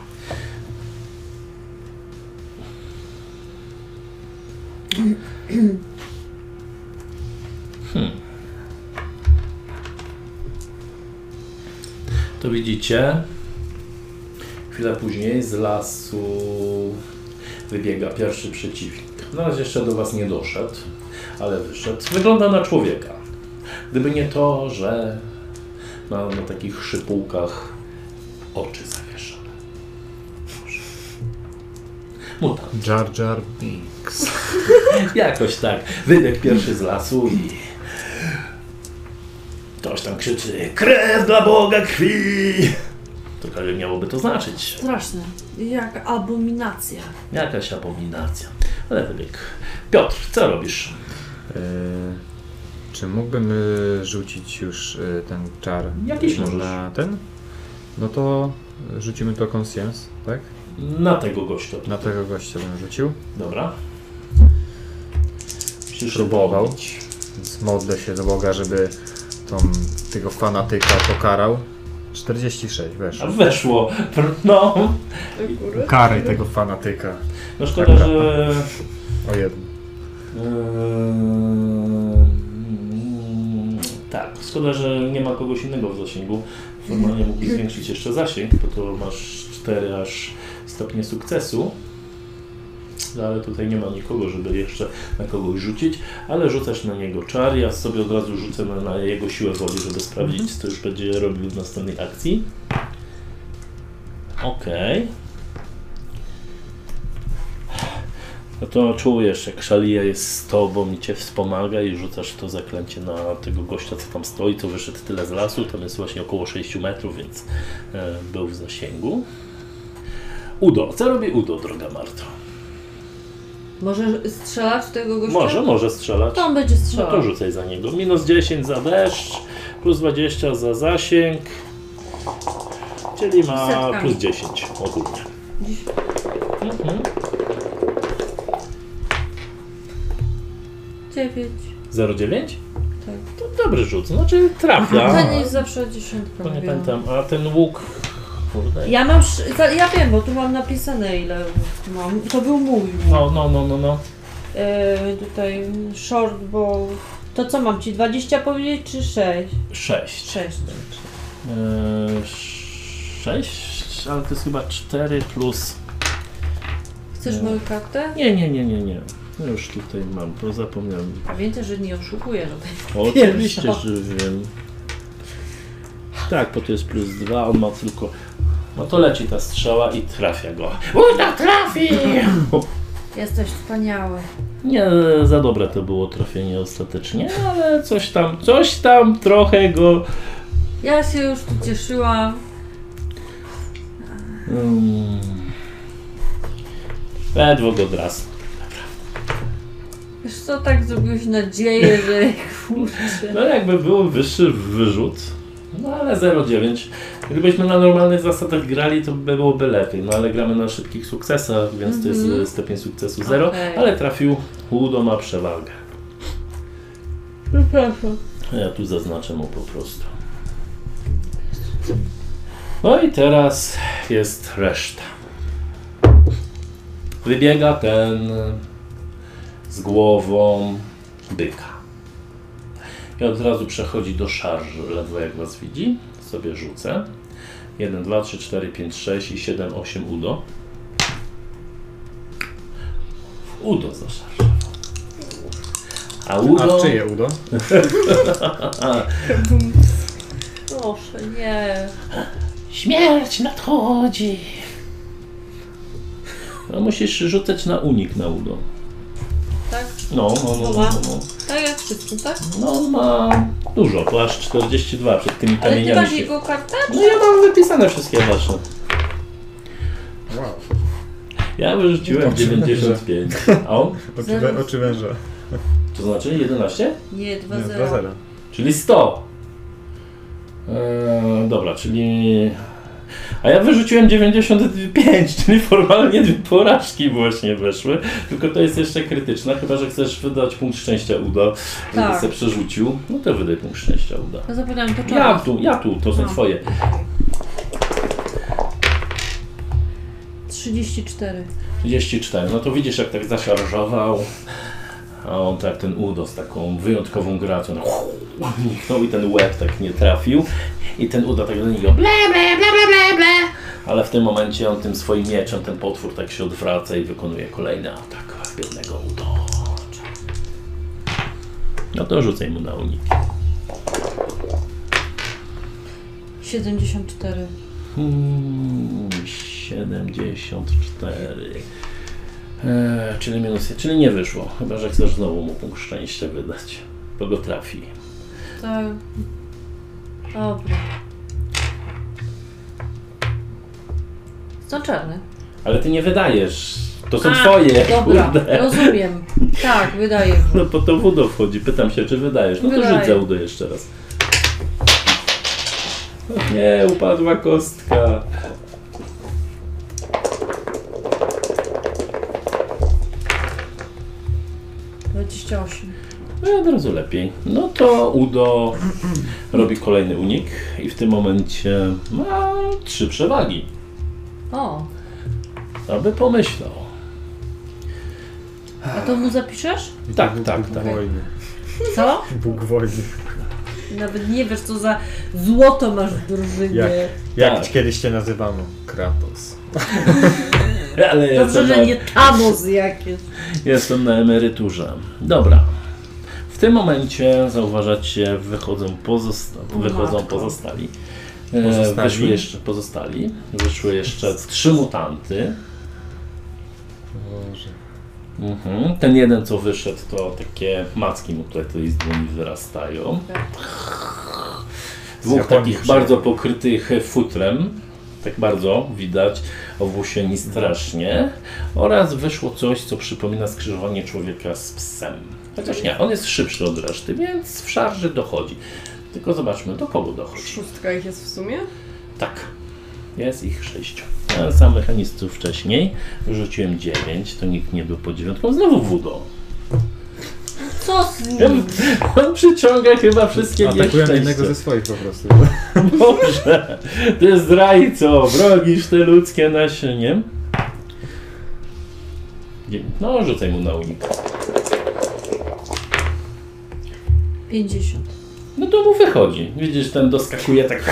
Hmm. To widzicie, chwilę później z lasu wybiega pierwszy przeciwnik. Na razie jeszcze do was nie doszedł, ale wyszedł. Wygląda na człowieka. Gdyby nie to, że ma na takich szypułkach oczy zawieszone. Mutant. Jar Jar Binks. Jakoś tak. Wybiegł pierwszy z lasu i ktoś tam krzyczy: krew dla Boga krwi! Cokolwiek miałoby to znaczyć. Straszne. Jak abominacja. Jakaś abominacja. Ale wybiegł. Piotr, co robisz? Yy, czy mógłbym y, rzucić już y, ten czar Jakiś y, możesz. na ten? No to rzucimy to conscience, tak? Na tego gościa. Na tego gościa bym rzucił. Dobra. Musisz Próbował. robić. Więc modlę się do Boga, żeby tą, tego fanatyka pokarał. czterdzieści sześć A weszło. weszło. No. Do góry. Kary tego fanatyka. No szkoda, że... O jeden. Eee, tak, szkoda, że nie ma kogoś innego w zasięgu. Formalnie mógłbyś zwiększyć jeszcze zasięg, bo to masz cztery aż stopnie sukcesu. No, ale tutaj nie ma nikogo, żeby jeszcze na kogoś rzucić, ale rzucasz na niego czar, ja sobie od razu rzucę na, na jego siłę woli, żeby sprawdzić, co już będzie robił w następnej akcji. Okej. No to czujesz, jak Szalija jest z tobą i cię wspomaga i rzucasz to zaklęcie na tego gościa, co tam stoi, co wyszedł tyle z lasu, tam jest właśnie około sześciu metrów, więc e, był w zasięgu. Udo, co robi Udo, droga Marto? Może strzelać w tego gościa? Może, może strzelać. To on będzie No strzelał. to rzucaj za niego. Minus dziesięć za deszcz, plus dwadzieścia za zasięg, czyli ma Setkami. plus dziesięć ogólnie. Dziś... Mhm. dziewięć. zero dziewięć? Tak. To dobry rzut, znaczy trafia. To nie jest zawsze dziesiątka. To nie mówiłam. pamiętam, a ten łuk... Kurde. Ja mam, sz- za- ja wiem, bo tu mam napisane ile mam. To był mój. No, no, no, no, no. Yy, tutaj short, bo to co mam ci dwadzieścia powiedzieć czy sześć? sześć. sześć. Eee, sześć, ale to jest chyba cztery plus... Chcesz Nie. moją kartę? Nie, nie, nie, nie, nie. No już tutaj mam, bo zapomniałem. Pamiętaj, że nie oszukuję tutaj. Oczywiście, Pierwsza. że wiem. Tak, bo to jest plus dwa, on ma tylko... No to leci ta strzała i trafia go. Uda, trafi! Jesteś wspaniały. Nie, za dobre to było trafienie ostatecznie, ale coś tam, coś tam trochę go... Ja się już tu cieszyłam. Um, ledwo go dras. Wiesz co, tak zrobiłeś nadzieję, że kurczę. No jakby był wyższy wyrzut, no ale zero dziewięć. Gdybyśmy na normalnych zasadach grali, to by byłoby lepiej, no ale gramy na szybkich sukcesach, więc to Mhm. jest stopień sukcesu zero, Okej. ale trafił, Udo ma przewagę. Przepraszam. Ja tu zaznaczę mu po prostu. No i teraz jest reszta. Wybiega ten z głową byka. I od razu przechodzi do szarży, ledwo jak was widzi. Sobie rzucę. jeden, dwa, trzy, cztery, pięć, sześć i siedem, osiem Udo. Udo zaszarżował. A Udo... A w czyje udo? Proszę, nie. Śmierć nadchodzi. No musisz rzucać na unik na Udo. Tak? No, no, no, no, no. Tak jak wszystkim, tak? No on ma dużo, to aż czterdzieści dwa przed tymi Ale ty kamieniami. masz się- jego kartę? No ja mam wypisane wszystkie wasze. Wow. Ja wyrzuciłem Oczy dziewięćdziesiąt pięć. A on? Oczy, Zero. wę- oczy węża. To znaczy jedenaście? Nie, dwa Nie, zero. dwa zero. Czyli sto. Eee, dobra, czyli... A ja wyrzuciłem dziewięćdziesiąt pięć, czyli formalnie dwie porażki właśnie weszły. Tylko to jest jeszcze krytyczne, chyba że chcesz wydać punkt szczęścia Udo, żeby Tak. sobie przerzucił. No to wydaj punkt szczęścia Udo. Ja zapomniałam to Ja czarno. tu, ja tu, to są No. twoje. trzydzieści cztery. trzydzieści cztery, no to widzisz jak tak zaszarżował, a on tak ten Udo z taką wyjątkową gracją tak zniknął i ten łeb tak nie trafił i ten Udo tak do niego ble ble ble ble ble ble, ale w tym momencie on tym swoim mieczem, ten potwór tak się odwraca i wykonuje kolejny atak w biednego Udo. No to rzucaj mu na unik. siedemdziesiąt cztery. Hmm, siedemdziesiąt cztery. Eee, czyli minus, czyli nie wyszło. Chyba że chcesz znowu mu punkt szczęścia wydać. Bo go trafi. Tak. Dobra. Są czarne. Ale ty nie wydajesz. To są A, twoje. Dobra, Kurde. rozumiem. Tak, wydaje. No po to Udo wchodzi. Pytam się, czy wydajesz. No to Wydaję. rzuć za Udo jeszcze raz. O nie, upadła kostka. dwadzieścia osiem. No i od razu lepiej. No to Udo robi kolejny unik i w tym momencie ma trzy przewagi. O, Aby pomyślał. a to mu zapiszesz? Tak, Bóg, tak, Bóg tak. wojny. Co? Bóg wojny. Nawet nie wiesz, co za złoto masz w drużynie. Jak, jak Tak. kiedyś cię nazywano? Kratos. Ale Dobrze, jestem że na, nie Thanos jakieś. jestem na emeryturze. Dobra. W tym momencie zauważacie, wychodzą, pozosta O wychodzą matko. pozostali. E, Pozostali? Wyszły jeszcze pozostali. Wyszły jeszcze trzy mutanty. Boże. Mhm. Ten jeden, co wyszedł, to takie macki mu tutaj, tutaj z dłoni wyrastają. Dwóch Japonii takich przyjechał. bardzo pokrytych futrem, tak bardzo widać, owłosieni strasznie. Oraz wyszło coś, co przypomina skrzyżowanie człowieka z psem. Chociaż nie, on jest szybszy od reszty, więc w szarży dochodzi. Tylko zobaczmy, do kogo dochodzi. Szóstka ich jest w sumie? Tak, jest ich sześciu. Ja sam mechanistów wcześniej wyrzuciłem dziewięć, to nikt nie był pod dziewiątką. Znowu Wudo. co z nim? On, on przyciąga chyba wszystkie Atakują nieszczęścia. jednego ze swoich po prostu. Boże, ty zdrajco, bronisz te ludzkie nasieniem? No, rzucaj mu na unik. pięćdziesiąt. No to mu wychodzi. Widzisz, ten doskakuje tak...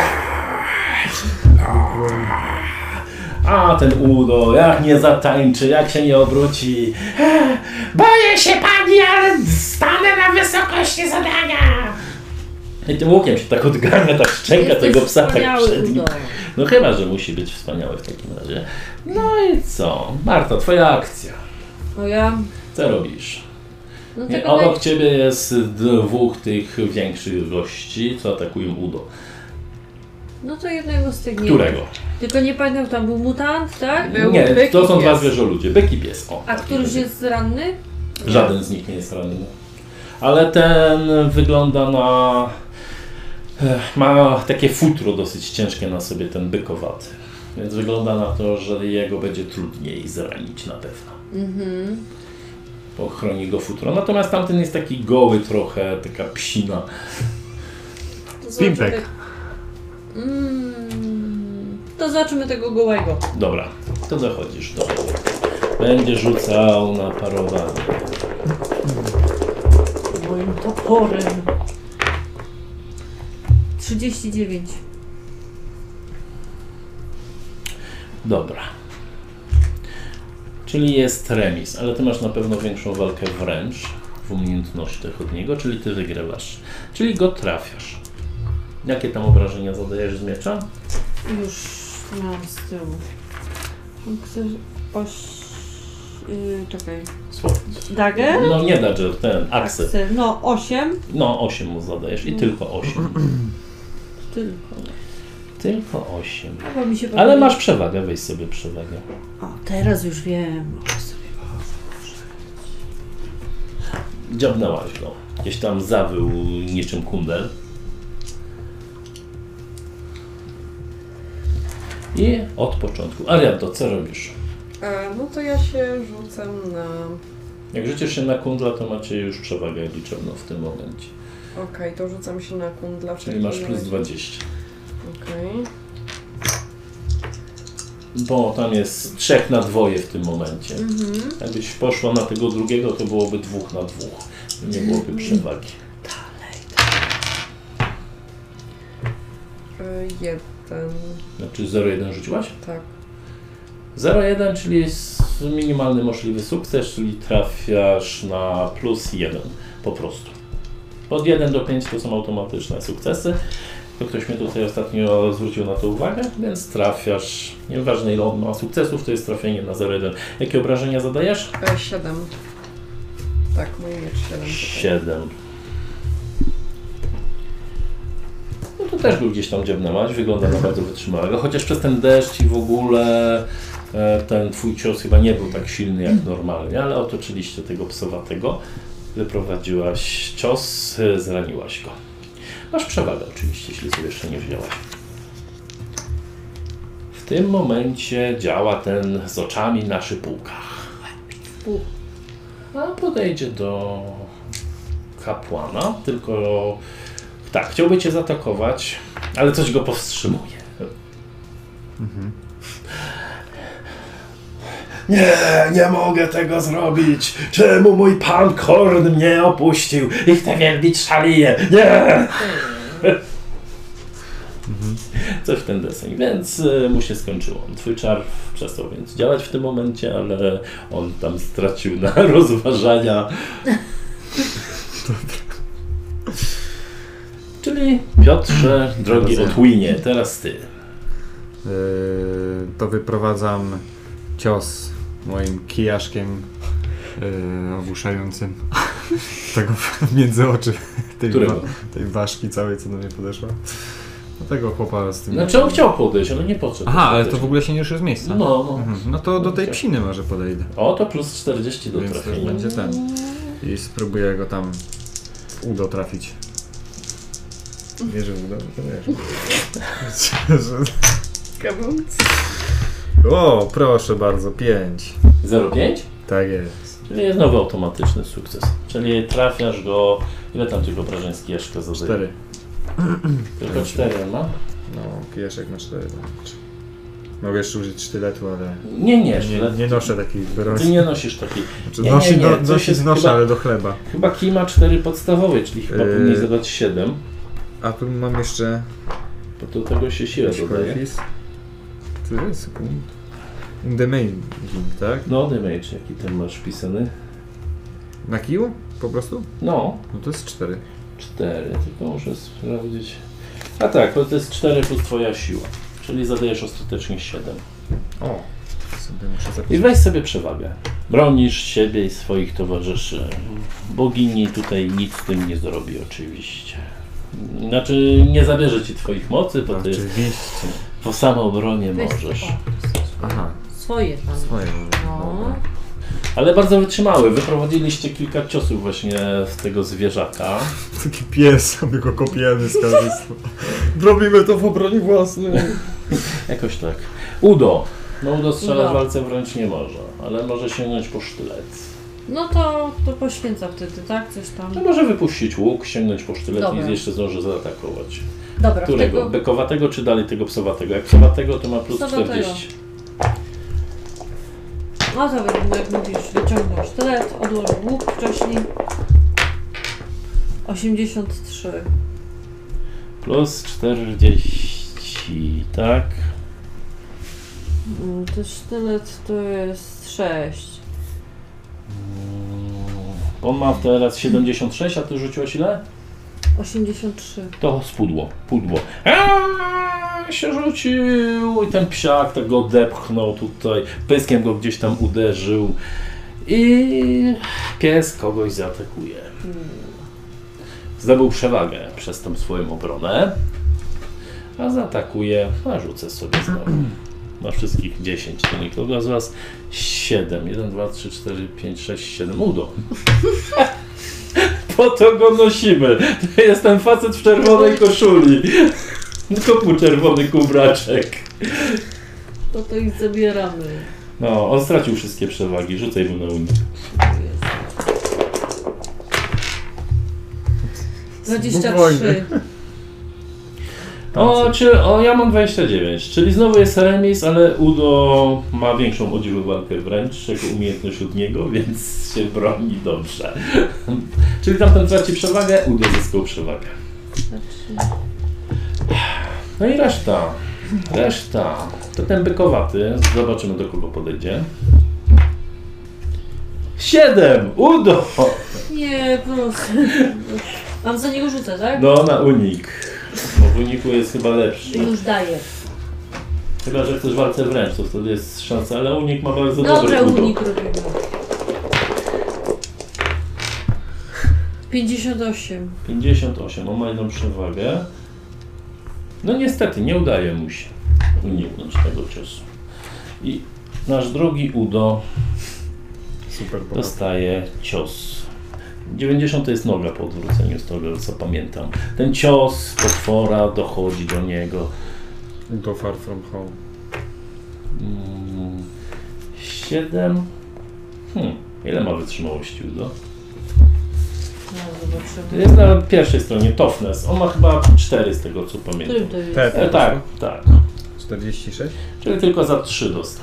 A ten Udo, jak nie zatańczy, jak się nie obróci. Boję się pani, ale stanę na wysokości zadania. I tym łukiem się tak odgania, tak szczęka Jesteś tego psa tak wspaniały, przed nim. Udo. No chyba, że musi być wspaniały w takim razie. No i co? Marta, twoja akcja. No ja... Co robisz? No Nie, tego obok naj... ciebie jest dwóch tych większych gości, co atakują Udo. No to jednego z tych nie. Którego? Tylko nie pamiętam, tam był mutant, tak? Był Nie, byk to i są dwa pies. zwierzoludzie. Byk i pies. O, A taki któryś będzie. jest ranny? Żaden z nich nie jest ranny. Ale ten wygląda na... Ech, ma takie futro dosyć ciężkie na sobie, ten bykowaty. Więc wygląda na to, że jego będzie trudniej zranić na pewno. Mhm. Ochroni go futro. Natomiast tamten jest taki goły trochę, taka psina. To zobaczymy Pimpek. te- Mm, to zobaczymy tego gołego. Dobra, to dochodzisz do tego. Będzie rzucał na parowanie. Moim toporem. trzydzieści dziewięć. Dobra. Czyli jest remis, ale ty masz na pewno większą walkę wręcz w umiejętnościach od niego, czyli ty wygrywasz. Czyli go trafiasz. Jakie tam obrażenia zadajesz z miecza? Już mam z tyłu. On chce oś... Yy, czekaj. Słowo. Dagger? No nie Dagger, ten, aksy. Aksy. No osiem. No osiem mu zadajesz i tylko osiem. Tylko. Tylko osiem. Chyba mi się Ale podoba. masz przewagę, weź sobie przewagę. O, teraz już wiem. Mogę sobie... Dziabnęłaś go. Gdzieś tam zawył niczym kundel. I od początku. Ariadno, co robisz? E, no to ja się rzucam na... Jak rzucisz się na kundla, to macie już przewagę liczebną w tym momencie. Okej, to rzucam się na kundla. w Czyli takim masz plus razie. dwadzieścia. Okej. Bo tam jest trzech na dwoje w tym momencie. Mhm. Jakbyś poszła na tego drugiego, to byłoby dwóch na dwóch. Nie byłoby przewagi. E, jeden. Znaczy zero jeden rzuciłaś? Tak. zero jeden, czyli jest minimalny możliwy sukces, czyli trafiasz na plus jeden po prostu. Od jeden do pięciu to są automatyczne sukcesy. To ktoś mnie tutaj ostatnio zwrócił na to uwagę, więc trafiasz, nieważne ile on ma sukcesów, to jest trafienie na zero jeden. Jakie obrażenia zadajesz? E, siedem. Tak, mój miecz siedem. siedem. No to też był gdzieś tam dziebnęłać, wygląda na bardzo wytrzymałego, chociaż przez ten deszcz i w ogóle e, ten twój cios chyba nie był tak silny jak normalnie, ale otoczyliście tego psowatego, wyprowadziłaś cios, e, zraniłaś go. Masz przewagę oczywiście, jeśli sobie jeszcze nie wzięłaś. W tym momencie działa ten z oczami na szypułkach. Pół. A podejdzie do kapłana, tylko tak, chciałby cię zaatakować, ale coś go powstrzymuje. Mhm. Nie, nie mogę tego zrobić. Czemu mój pan Korn mnie opuścił i chce wielbić szalije? Nie! Coś w ten deseń, więc y, mu się skończyło. Twój czar przestał więc działać w tym momencie, ale on tam stracił na rozważania. Czyli Piotrze, drogi Teraz ja. Otwinie, teraz ty. Yy, to wyprowadzam cios moim kijaszkiem yy, ogłuszającym tego między oczy tej, Którego? wa- tej ważki całej, co do mnie podeszła. Do tego chłopa z tym... Znaczy on chciał podejść, ale nie podszedł. Aha, ale to w ogóle się nie ruszył z miejsca. No, no. Mhm. No to do tej psiny może podejdę. O, to plus czterdzieści do Więc też trafienia. będzie ten. I spróbuję go tam w udo trafić. Wierzę w udo? To wiesz. Kabumc. O, proszę bardzo, pięć. zero pięć? Tak jest. Czyli jest nowy automatyczny sukces. Czyli trafiasz go... Ile tam tych obrażeń z kijaszka zadaje? Cztery. Tylko cztery ma? No, kijaszek na cztery. Mogę jeszcze użyć sztyletu, ale Nie, nie, nie, sztylet. nie noszę takiej broni. Ty nie nosisz takiej. Znaczy, nie, nosi, nie, nie. do, Coś nosi jest znoszę, chyba- ale do chleba. Chyba kij ma cztery podstawowe, czyli chyba Yy. powinien zadać siedem. A tu mam jeszcze... Bo do tego się siłę dodaje. Hojfis. Co jest? Sekund. Damaging, tak? No, damage, jaki ty masz wpisany? Na kiju? Po prostu? No, No to jest cztery. cztery, tylko muszę sprawdzić. A tak, bo to jest cztery plus twoja siła. Czyli zadajesz ostatecznie siedem. O! Sobie muszę I zapisać. weź sobie przewagę. Bronisz siebie i swoich towarzyszy. Bogini tutaj nic z tym nie zrobi oczywiście. Znaczy nie zabierze ci twoich mocy, bo ty Oczywiście. po samoobronie Weź możesz. to. Aha, Swoje tam. swoje. No. Dobra. Ale bardzo wytrzymały. Wyprowadziliście kilka ciosów właśnie z tego zwierzaka. Taki pies, a my go kopiemy z każdej strony. Robimy to w obronie własnej. Jakoś tak. Udo. No Udo strzela Udo. w walce wręcz nie może, ale może sięgnąć po sztylet. No to, to poświęca wtedy, tak? Coś tam. No może wypuścić łuk, sięgnąć po sztylet Dobra. i jeszcze zdąży zaatakować. Dobra, Którego? tego... Bekowatego czy dalej tego psowatego? Jak psowatego to ma plus Psowatego. czterdzieści. No to wiadomo, jak mówisz, wyciągnął sztylet, odłożył łuk wcześniej. osiemdziesiąt trzy. Plus czterdzieści, tak? Mm, To sztylet to jest sześć. Mm, On ma teraz siedemdziesiąt sześć, a ty rzuciłeś ile? osiemdziesiąt trzy. To spudło, pudło. Aaaa, się rzucił i ten psiak tak go odepchnął tutaj, pyskiem go gdzieś tam uderzył i pies kogoś zaatakuje. Zdobył przewagę przez tą swoją obronę, a zaatakuje, a rzucę sobie znowu. Na wszystkich dziesięć, to nikogo z was siedem. jeden, dwa, trzy, cztery, pięć, sześć, siedem. Udo. Po to go nosimy. To jest ten facet w czerwonej koszuli. Tylko mu czerwony kubraczek. To to ich zabieramy. No, on stracił wszystkie przewagi. Rzucaj mu na unik. dwadzieścia trzy. Wojny. O, czy, o, ja mam dwadzieścia dziewięć, czyli znowu jest remis, ale Udo ma większą o dziwo walkę wręcz, jako umiejętność od niego, więc się broni dobrze. Czyli tamten traci przewagę, Udo zyskał przewagę. No i reszta. Reszta. To ten bykowaty. Zobaczymy, do kogo podejdzie. Siedem! Udo! Nie, proszę. Mam za niego rzucę, tak? No, na unik. Bo w uniku jest chyba lepszy. Już daję. Chyba, że chcesz walce wręcz, to wtedy jest szansa, ale unik ma bardzo dobry Dobra, Udo. unik robimy. pięćdziesiąt osiem. pięćdziesiąt osiem, on ma jedną przewagę. No niestety, nie udaje mu się uniknąć tego ciosu. I nasz drogi Udo Super, bo dostaje cios. dziewięćdziesiąt to jest noga po odwróceniu, z tego co pamiętam. Ten cios potwora dochodzi do niego. do Far From Home. Mm, siedem. Hmm, ile ma wytrzymałości Udo? No, To zobaczymy. jest na pierwszej stronie, toughness. On ma chyba cztery z tego co pamiętam. Którym to jest? Te, E, tak, tak. czterdzieści sześć? Czyli tylko za trzy dostał.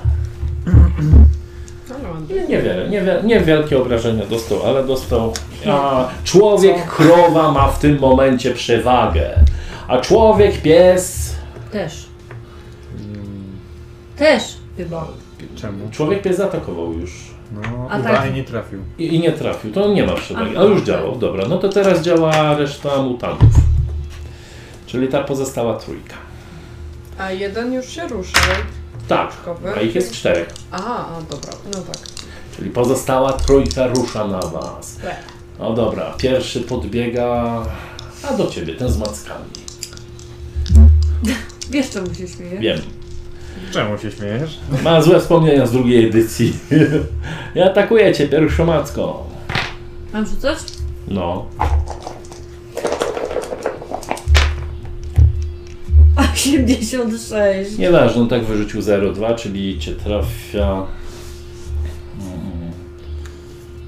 Ale ładnie. Nie- Niewiele, niewiele, niewielkie obrażenia dostał, ale dostał. A, człowiek krowa ma w tym momencie przewagę, a człowiek pies. Też. Mm, Też chyba. czemu? Człowiek pies zaatakował już No, A uda tak. i nie trafił. i, i nie trafił, to nie ma przewagi, Aha. ale już działał. Dobra, no to teraz działa reszta mutantów, czyli ta pozostała trójka. A jeden już się ruszył. Tak, a ich jest czterech, Aha, a dobra, no tak. czyli pozostała trójka rusza na was. No dobra, pierwszy podbiega, a do ciebie, ten z mackami. Wiesz czemu się śmieje? Wiem. Czemu się śmiejesz? Ma złe wspomnienia z drugiej edycji. I atakuje cię pierwszomacką. Mam rzucać? No. osiemdziesiąt sześć. Nieważne, on tak wyrzucił zero dwa, czyli cię trafia. Mm,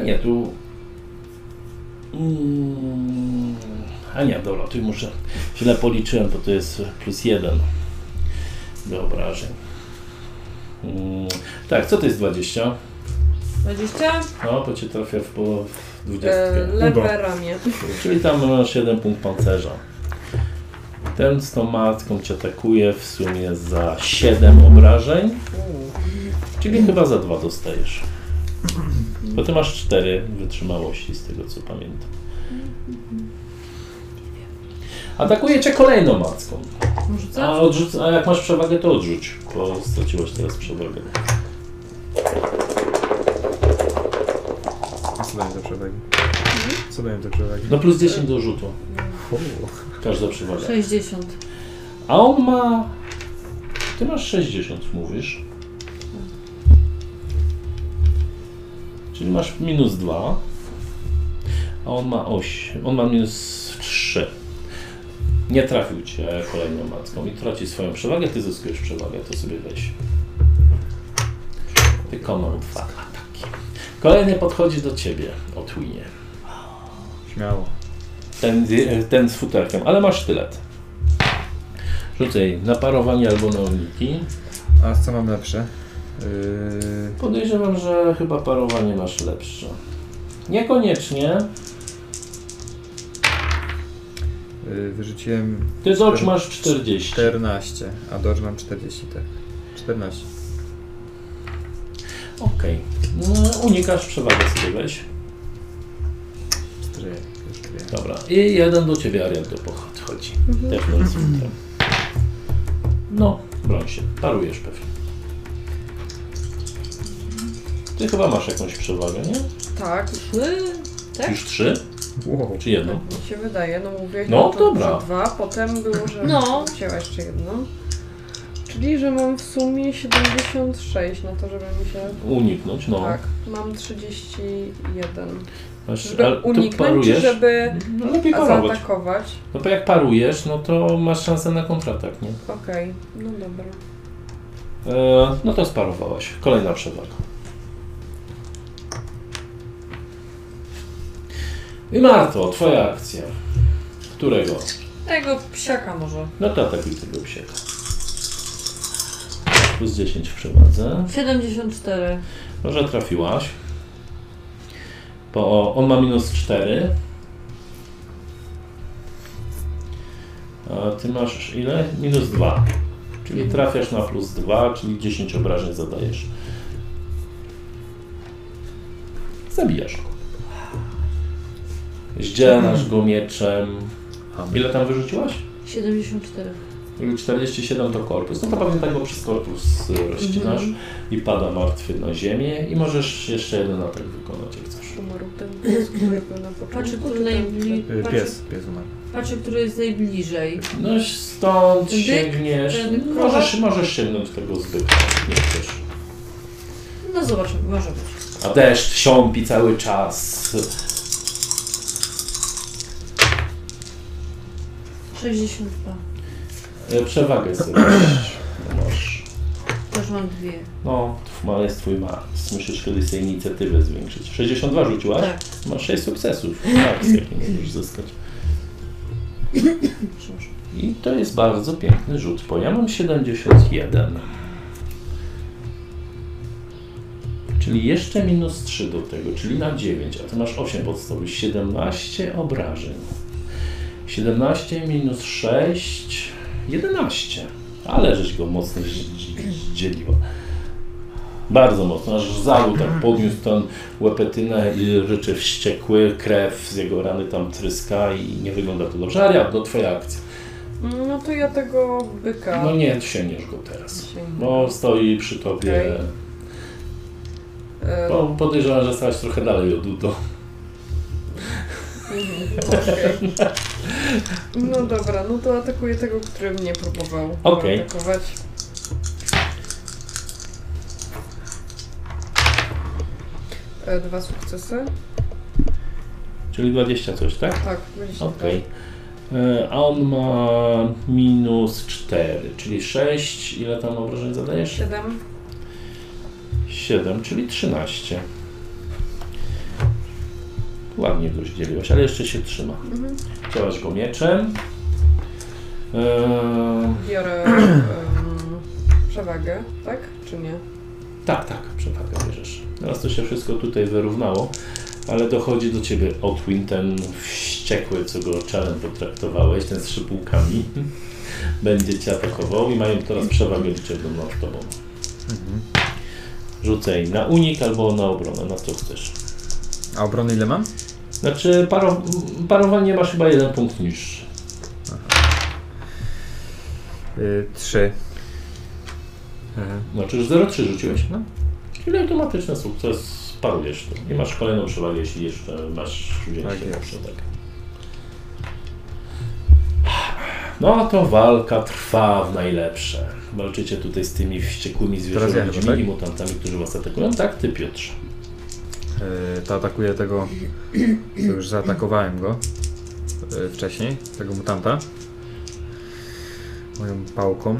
nie, tu... Mm, a nie, dobra, tu muszę... Źle policzyłem, bo to jest plus jeden do obrażeń. Mm, tak, co to jest dwadzieścia? dwadzieścia? No, bo cię trafia w, po, w E, dwudziestkę. lewe ramię. Czyli tam masz jeden punkt pancerza. Ten z tą matką cię atakuje w sumie za siedem obrażeń. Czyli chyba za dwa dostajesz. Bo ty masz cztery wytrzymałości z tego co pamiętam. Atakuje cię kolejną macką. Rzucam? A, odrzuc, a jak masz przewagę to odrzuć, bo straciłeś teraz przewagę. Co daję do przewagi? Co daję do przewagi? No plus dziesięć do rzutu. O, Każda przewaga. sześćdziesiąt. A on ma... Ty masz sześćdziesiąt mówisz. Czyli masz minus dwa. A on ma osiem. On ma minus trzy. Nie trafił cię kolejną macką i traci swoją przewagę, ty zyskujesz przewagę, to sobie weź. Wykonał dwa ataki. Kolejny podchodzi do ciebie, Otwinie. śmiało. Ten, ten z futerkiem, ale masz sztylet. Rzucaj na parowanie albo na uniki. A co mam lepsze? Yy, Podejrzewam, że chyba parowanie masz lepsze. Niekoniecznie. yy, wyrzuciłem Ty dodge masz czterdzieści. czternaście, a dodge mam czterdzieści, tak. czternaście. Okej. Okay. Unikasz, przewagę sobie weź. Stryj, stryj. Dobra. I jeden do ciebie, Ariel, to podchodzi. Mhm. Też mam z futrem. No, broń się. Parujesz pewnie. Ty chyba masz jakąś przewagę, nie? Tak, Trzy? Tak? Już trzy? Wow. Czy jedną? tak mi się wydaje. No mówię, No, to dobra. że dwa, potem było, że No. wzięła jeszcze jedno. Czyli, że mam w sumie siedemdziesiąt sześć na to, żeby mi się... Uniknąć, no. Tak, mam trzydzieści jeden. Masz, Żeby ale ty uniknąć, czy parujesz? żeby No lepiej parować. zaatakować? No to jak parujesz, no to masz szansę na kontratak, nie? Okej, no dobra. E, no to sparowałaś. Kolejna przewaga. I Marto, twoja akcja. Którego? Tego psiaka może. No to atakuj tego psiaka. Plus dziesięć w przewadze. siedemdziesiąt cztery. Może trafiłaś. Bo on ma minus cztery. A ty masz ile? Minus dwa. Czyli trafiasz na plus dwa, czyli dziesięć obrażeń zadajesz. Zabijasz go. Zdzielasz go mieczem. Ile tam wyrzuciłaś? siedemdziesiąt cztery. czterdzieści siedem to korpus. No to pamiętaj, bo przez korpus rozcinasz Mhm. i pada martwy na ziemię i możesz jeszcze jeden atak wykonać, jak chcesz. Umarł ten pies, który był na Patrzy, początku. który czy ten- najbliżej. Yy, Patrzy, pies, pies umarł. patrzy, który jest najbliżej. No stąd Ten byk? sięgniesz. Ten Możesz, możesz sięgnąć tego zbytka, nie chcesz. No zobaczymy, może być. A deszcz siąpi cały czas. sześćdziesiąt dwa. E, Przewagę sobie weź. Masz. Też mam dwie. No, ale jest twój max. Musisz kiedyś sobie inicjatywę zwiększyć. sześćdziesiąt dwa rzuciłaś? Tak. Masz sześć sukcesów. Tak, z jakim możesz zyskać. Przepraszam. I to jest bardzo piękny rzut, bo ja mam siedemdziesiąt jeden. Czyli jeszcze minus trzy do tego, czyli na dziewięć, a ty masz osiem podstawowych, siedemnaście obrażeń. siedemnaście minus sześć, jedenaście. Ale żeś go mocno zdzieliła. Bardzo mocno, aż załuł tak podniósł tę łepetynę i ryczy wściekły, krew z jego rany tam tryska i nie wygląda to dobrze. Aria, do twoja akcja. No to ja tego byka. No nie, sięgniesz go teraz. Sięgnę. Bo stoi przy tobie. Okej. E, Bo podejrzewam, że stałaś trochę dalej od Udo. mhm, okej. No dobra, no to atakuję tego, który mnie próbował Okej. atakować. E, Dwa sukcesy. Czyli dwadzieścia coś, tak? Tak, dwadzieścia. Okej. E, A on ma minus cztery, czyli sześć. Ile tam obrażeń zadajesz? Siedem. siedem, czyli trzynaście. Ładnie go zdzieliłeś, ale jeszcze się trzyma. Mhm. Chciałaś go mieczem. Eee, Biorę um, przewagę, tak? Czy nie? tak, tak, przewagę bierzesz. Teraz to się wszystko tutaj wyrównało, ale dochodzi do ciebie Otwin, ten wściekły, co go czarem potraktowałeś, ten z szypułkami. Będzie cię atakował i mają teraz przewagę liczebną nad tobą. Mhm. Rzucaj na unik albo na obronę, na co chcesz. A obrony ile mam? Znaczy paro, parowanie masz chyba jeden punkt niższy. Yy, trzy. Mhm. Znaczy już zero przecinek trzy rzuciłeś? No. Czyli automatyczny sukces, parujesz to. I masz kolejną przewagę, jeśli jeszcze masz wzięcie Tak na jest. przewagę. No to walka trwa w najlepsze. Walczycie tutaj z tymi wściekłymi Teraz ja zwierzętami chyba, tak? i mutantami, którzy was atakują. Tak, ty Piotrze. Yy, to atakuję tego, co już zaatakowałem go yy, wcześniej, tego mutanta. Moją pałką.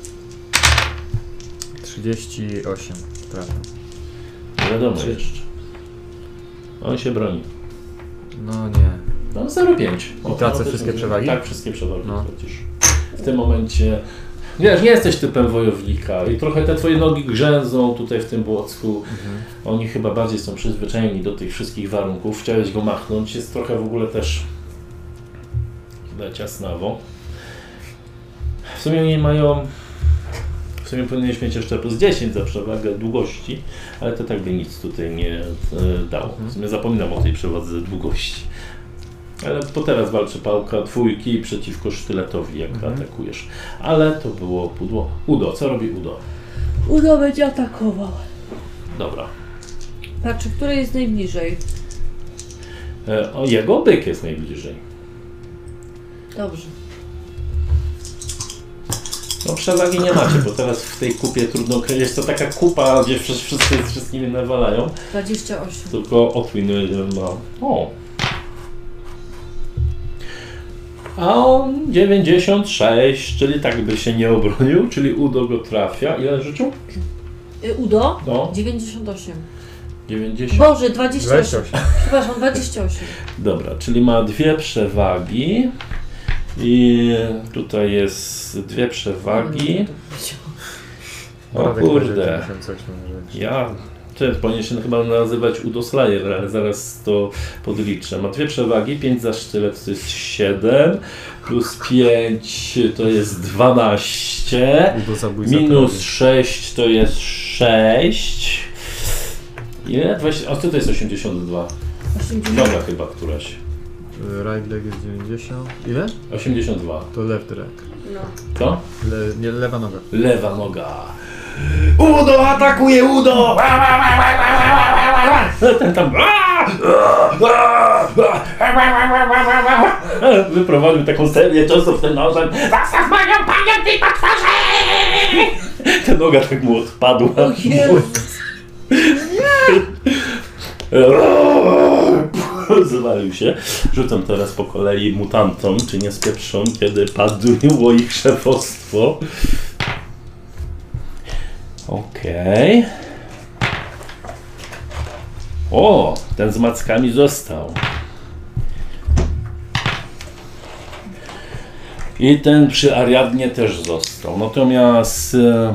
trzydzieści osiem trafia. Nie wiadomo Trzy. jeszcze. On się broni. No nie. No zero pięć. I tracę wszystkie przewagi? Tak, wszystkie przewagi No. tracisz. W tym momencie, wiesz, nie jesteś typem wojownika i trochę te twoje nogi grzęzą tutaj w tym błocku. Mhm. Oni chyba bardziej są przyzwyczajeni do tych wszystkich warunków. Chciałeś go machnąć, jest trochę w ogóle też chyba ciasnawo. W sumie nie mają, w sumie powinieneś mieć jeszcze plus dziesięć za przewagę długości, ale to tak by nic tutaj nie e, dało. W sumie zapominam o tej przewadze długości. Ale po teraz walczy pałka dwójki przeciwko sztyletowi, jak Mhm. atakujesz. Ale to było pudło. Udo, co robi Udo? Udo będzie atakował. Dobra. Patrz, który jest najbliżej. E, o, jego byk jest najbliżej. Dobrze. No przewagi nie macie, bo teraz w tej kupie trudno określić. Jest to taka kupa, gdzie wszyscy wszyscy z wszystkimi nawalają. dwadzieścia osiem. Tylko Otwin ma... O! A on dziewięćdziesiąt sześć, czyli tak by się nie obronił, czyli Udo go trafia. Ile rzucił? Y, Udo? No, dziewięćdziesiąt osiem. dziewięćdziesiąt. Boże, dwadzieścia dwadzieścia osiem. osiem. Przepraszam, dwadzieścia osiem. Dobra, czyli ma dwie przewagi. I tutaj jest dwie przewagi. O Radek kurde. powiedział, że coś tam może być. Ja, ty powinien się chyba nazywać Udo Slayer, ale zaraz to podliczę. Ma dwie przewagi, pięć za sztylet to jest siedem, plus pięć to jest dwanaście, Udo zabójca minus prawie. sześć to jest sześć. Ile? dwadzieścia, a co to jest osiemdziesiąt dwa? osiemdziesiąt. Noga chyba któraś. Y, Right leg jest dziewięćdziesiąt. Ile? osiemdziesiąt dwa. To left leg. No. Co? Le, nie, lewa noga. Lewa noga. Udo atakuje Udo! Ten tam wyprowadził taką serię ciosów tym nożem. Zastaw moją panią tej potworzy! Ta noga tak mu odpadła. O Jezus. Zwalił się. Rzucam teraz po kolei mutantom, czy nie spieprzą, kiedy padło ich szefostwo. Okej. Okay. O, ten z mackami został. I ten przy Ariadnie też został. Natomiast e,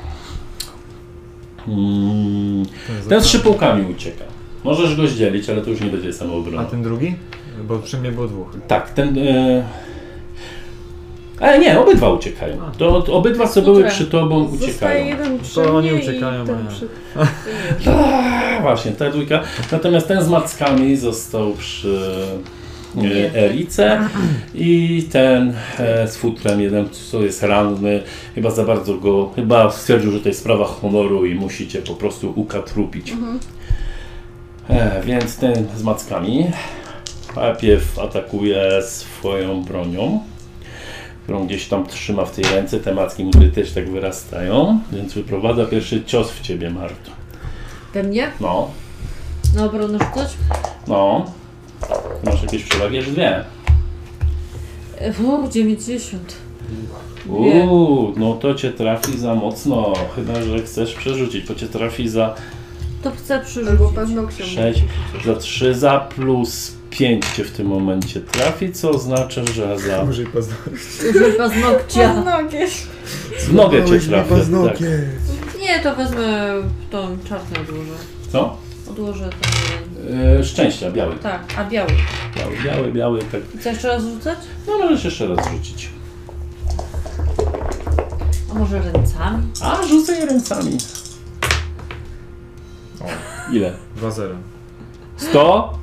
mm, ten z szypułkami ucieka. Możesz go zdzielić, ale to już nie będzie A samoobrona. ten drugi? Bo przy mnie było dwóch. Tak, ten... E, ale nie, obydwa uciekają. To, to obydwa, co były Które? przy tobą, Zostaje uciekają. jeden przy To oni mnie uciekają, i ten a ja. przy... A, właśnie, ta dwójka. Natomiast ten z mackami został przy e, Erice i ten e, z futrem, jeden, co jest ranny, chyba za bardzo go, chyba stwierdził, że to jest sprawa honoru i musicie po prostu ukatrupić. Mhm. E, więc ten z mackami najpierw atakuje swoją bronią, którą gdzieś tam trzyma w tej ręce. Te macki mu tutaj też tak wyrastają, więc wyprowadza pierwszy cios w ciebie, Marto. We mnie? No, Na obronę rzucać? no. Masz jakieś przewagi? Jeszcze dwie. Uuu, dziewięćdziesiąt. Uuu, no to cię trafi za mocno. Chyba że chcesz przerzucić, to cię trafi za To chcę przyrzucić. Albo paznokciem. sześć za trzy za plus pięć cię w tym momencie trafi, co oznacza, że za... Użyj paznokcia. Użyj paznokcia. Paznokie. W nogę cię trafię. Tak. Nie, to wezmę tą czarną odłożę. Co? Odłożę ten jeden. Yy, szczęścia, biały. Tak, a biały. Biały, biały, biały, tak. I co, jeszcze raz rzucać? No możesz jeszcze raz rzucić. A może ręcami? A, rzucaj ręcami. O, Ile? dwa zero. sto?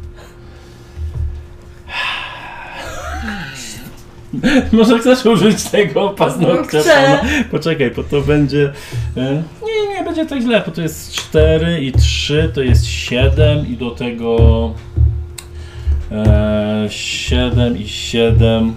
Może chcesz użyć tego paznokcia? Chcę. Pana? Poczekaj, bo to będzie... e, Nie, nie będzie tak źle, bo to jest cztery i trzy, to jest siedem i do tego... E, siedem i siedem...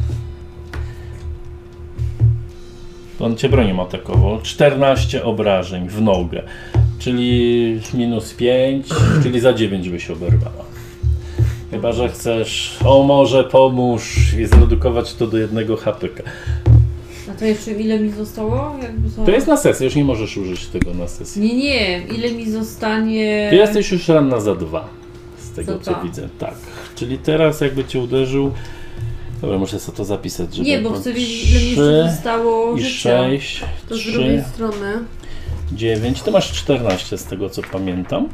On cię bronią atakował. czternaście obrażeń w nogę. Czyli minus pięć, czyli za dziewięć by się oberwała. Chyba że chcesz, o może pomóż i zredukować to do jednego hapyka. A to jeszcze ile mi zostało? Jakby za... To jest na sesję, już nie możesz użyć tego na sesji. Nie, nie. Ile mi zostanie... Ty jesteś już ranna za dwa. Z tego Za co dwa. widzę. Tak. Czyli teraz jakby cię uderzył... Dobra, muszę sobie to zapisać, żeby... Nie, bo chcę wiedzieć, ile mi jeszcze zostało i życia. sześć, To z drugiej trzy, strony. dziewięć. Ty masz czternaście z tego co pamiętam.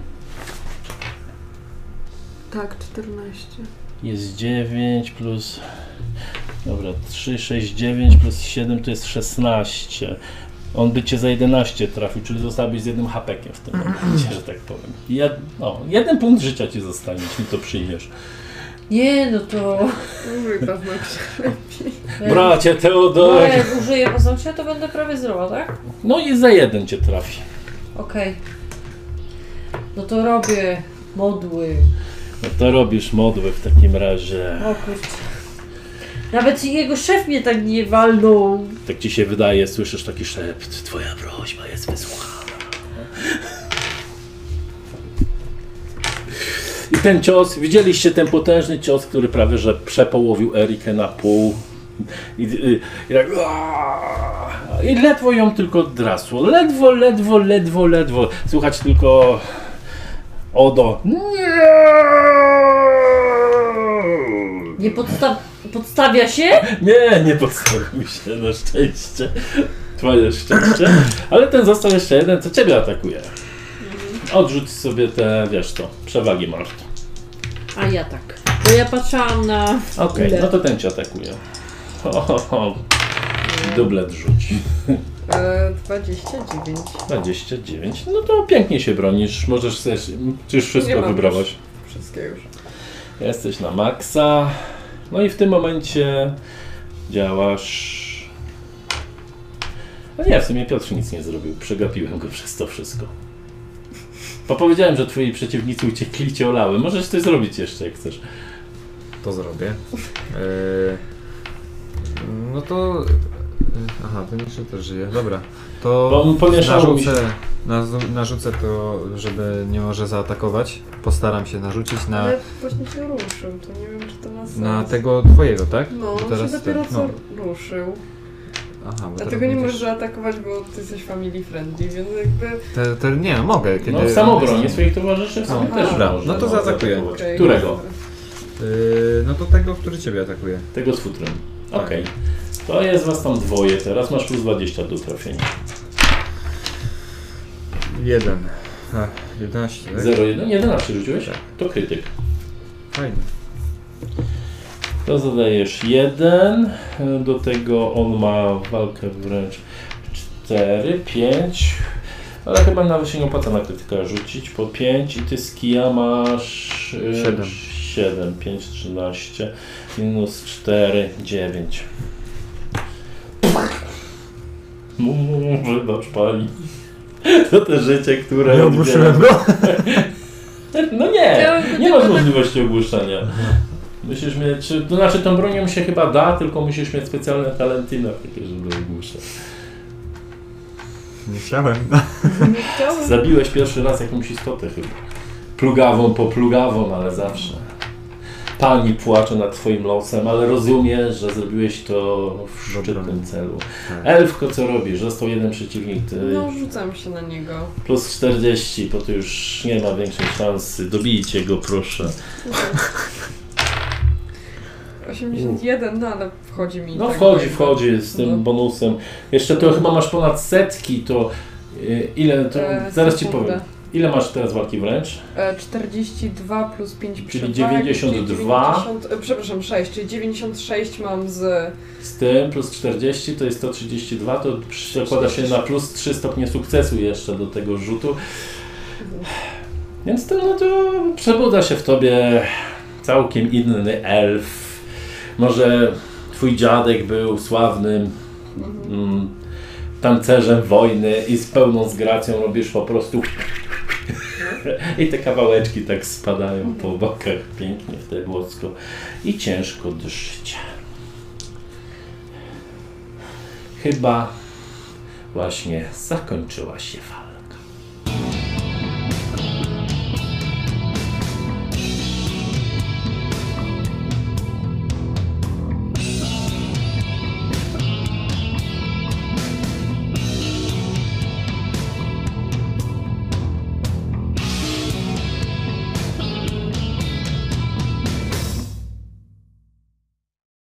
Tak, czternaście. Jest dziewięć plus... Dobra, trzy, sześć, dziewięć plus siedem to jest szesnaście. On by cię za jedenaście trafił, czyli zostałbyś z jednym hapekiem w tym momencie, że tak powiem. Jed... No, jeden punkt życia ci zostanie, jeśli to przyjmiesz. Nie, no to... Użyj paznokcia. Bracie No, Teodor! jak użyję paznokcia, to będę prawie zdrowa, tak? No i za jeden cię trafi. Okej. No to robię modły. No to robisz modły w takim razie. O kurczę. Nawet jego szef mnie tak nie walnął. Tak ci się wydaje, słyszysz taki szept. Twoja prośba jest wysłuchana. I ten cios, widzieliście ten potężny cios, który prawie że przepołowił Erikę na pół. I, i, i, tak, aaa, I ledwo ją tylko drasło. Ledwo, ledwo, ledwo, ledwo. Słychać tylko Odo. Nie podsta podstawia się? Nie, nie podstawił się, na szczęście. Twoje szczęście. Ale ten został jeszcze jeden, co ciebie atakuje. Odrzuć sobie te, wiesz to, przewagi masz. A ja tak. Bo ja patrzyłam na... Okej, ile. no to ten cię atakuje. Ho, ho, ho. Dublet rzuć. E, dwadzieścia dziewięć. dwadzieścia dziewięć. No to pięknie się bronisz. Możesz sobie... Czy już Nie wszystko mam wybrałaś? już. Wszystkie już. Jesteś na maksa. No i w tym momencie działasz... No nie, w sumie Piotr nic nie zrobił. Przegapiłem go przez to wszystko. Bo powiedziałem, że twoi przeciwnicy uciekli, cię olały. Możesz coś zrobić jeszcze, jak chcesz. To zrobię. Eee, no to... Aha, ten jeszcze też żyje. Dobra. To Bo on pomieszało mi się. narzucę, nazu- narzucę to, żeby nie może zaatakować. Postaram się narzucić na, Ale właśnie się ruszył, to nie wiem, czy to ma sens. na tego twojego, tak? No, Bo się dopiero ten- co no. ruszył. Aha, bo Dlatego teraz nie będziesz- możesz zaatakować, bo ty jesteś family friendly, więc jakby... Te, te, nie, no mogę. Kiedy No w samobronie swoich towarzyszy w sumie No, też dobra, można no to można zaatakuję. zaatakować. Okej, Którego? dobra. Yy, no to tego, który ciebie atakuje. Tego z futrem. Tak. Okej. To jest was tam dwoje teraz. Masz plus dwadzieścia do trafienia. Jeden. Ach, jedenaście, tak? zero jeden jedenaście rzuciłeś? Tak. To krytyk. Fajnie. To zadajesz jeden. Do tego on ma walkę wręcz cztery, pięć. Ale chyba nawet się nie opłaca na krytyka rzucić. Po pięć i ty z kija masz e, Siedem. siedem, pięć, trzynaście. Minus cztery, dziewięć. Mmm, wybacz pani. To te życie, które... Nie ogłuszyłem go? No nie, Chciałem nie tylko masz tak- możliwości ogłuszania. Musisz mieć, to znaczy tą bronią się chyba da, tylko musisz mieć specjalne talenty na takie, żeby ogłuszać. Nie chciałem. Nie chciałam. Zabiłeś pierwszy raz jakąś istotę chyba. Plugawą po plugawą, ale zawsze. pani płacze nad twoim losem, ale rozumie, że zrobiłeś to w szczytnym Dobra. celu. Tak. Elfko, co robisz? Został jeden przeciwnik, ty No, rzucam się na niego. plus czterdzieści, bo tu już nie ma większej szansy. Dobijcie go, proszę. osiemdziesiąt jeden, no ale wchodzi mi. No tak wchodzi, jakby. wchodzi z tym No. bonusem. Jeszcze to chyba masz ponad setki, to y, ile, to E, zaraz ci sekundę. powiem. Ile masz teraz walki wręcz? E, czterdzieści dwa plus pięć Czyli przewagi, dziewięćdziesiąt czyli dwa. dziewięćdziesiąt, e, przepraszam, sześć, czyli dziewięćdziesiąt sześć mam z... Z tym plus czterdzieści to jest sto trzydzieści dwa, to przekłada się na plus trzy stopnie sukcesu jeszcze do tego rzutu. Więc to, no to przebudza się w tobie całkiem inny elf. Może twój dziadek był sławnym mm, tancerzem wojny i z pełną zgracją robisz po prostu i te kawałeczki tak spadają po bokach pięknie w te błosko i ciężko dyszycie. Chyba właśnie zakończyła się walka.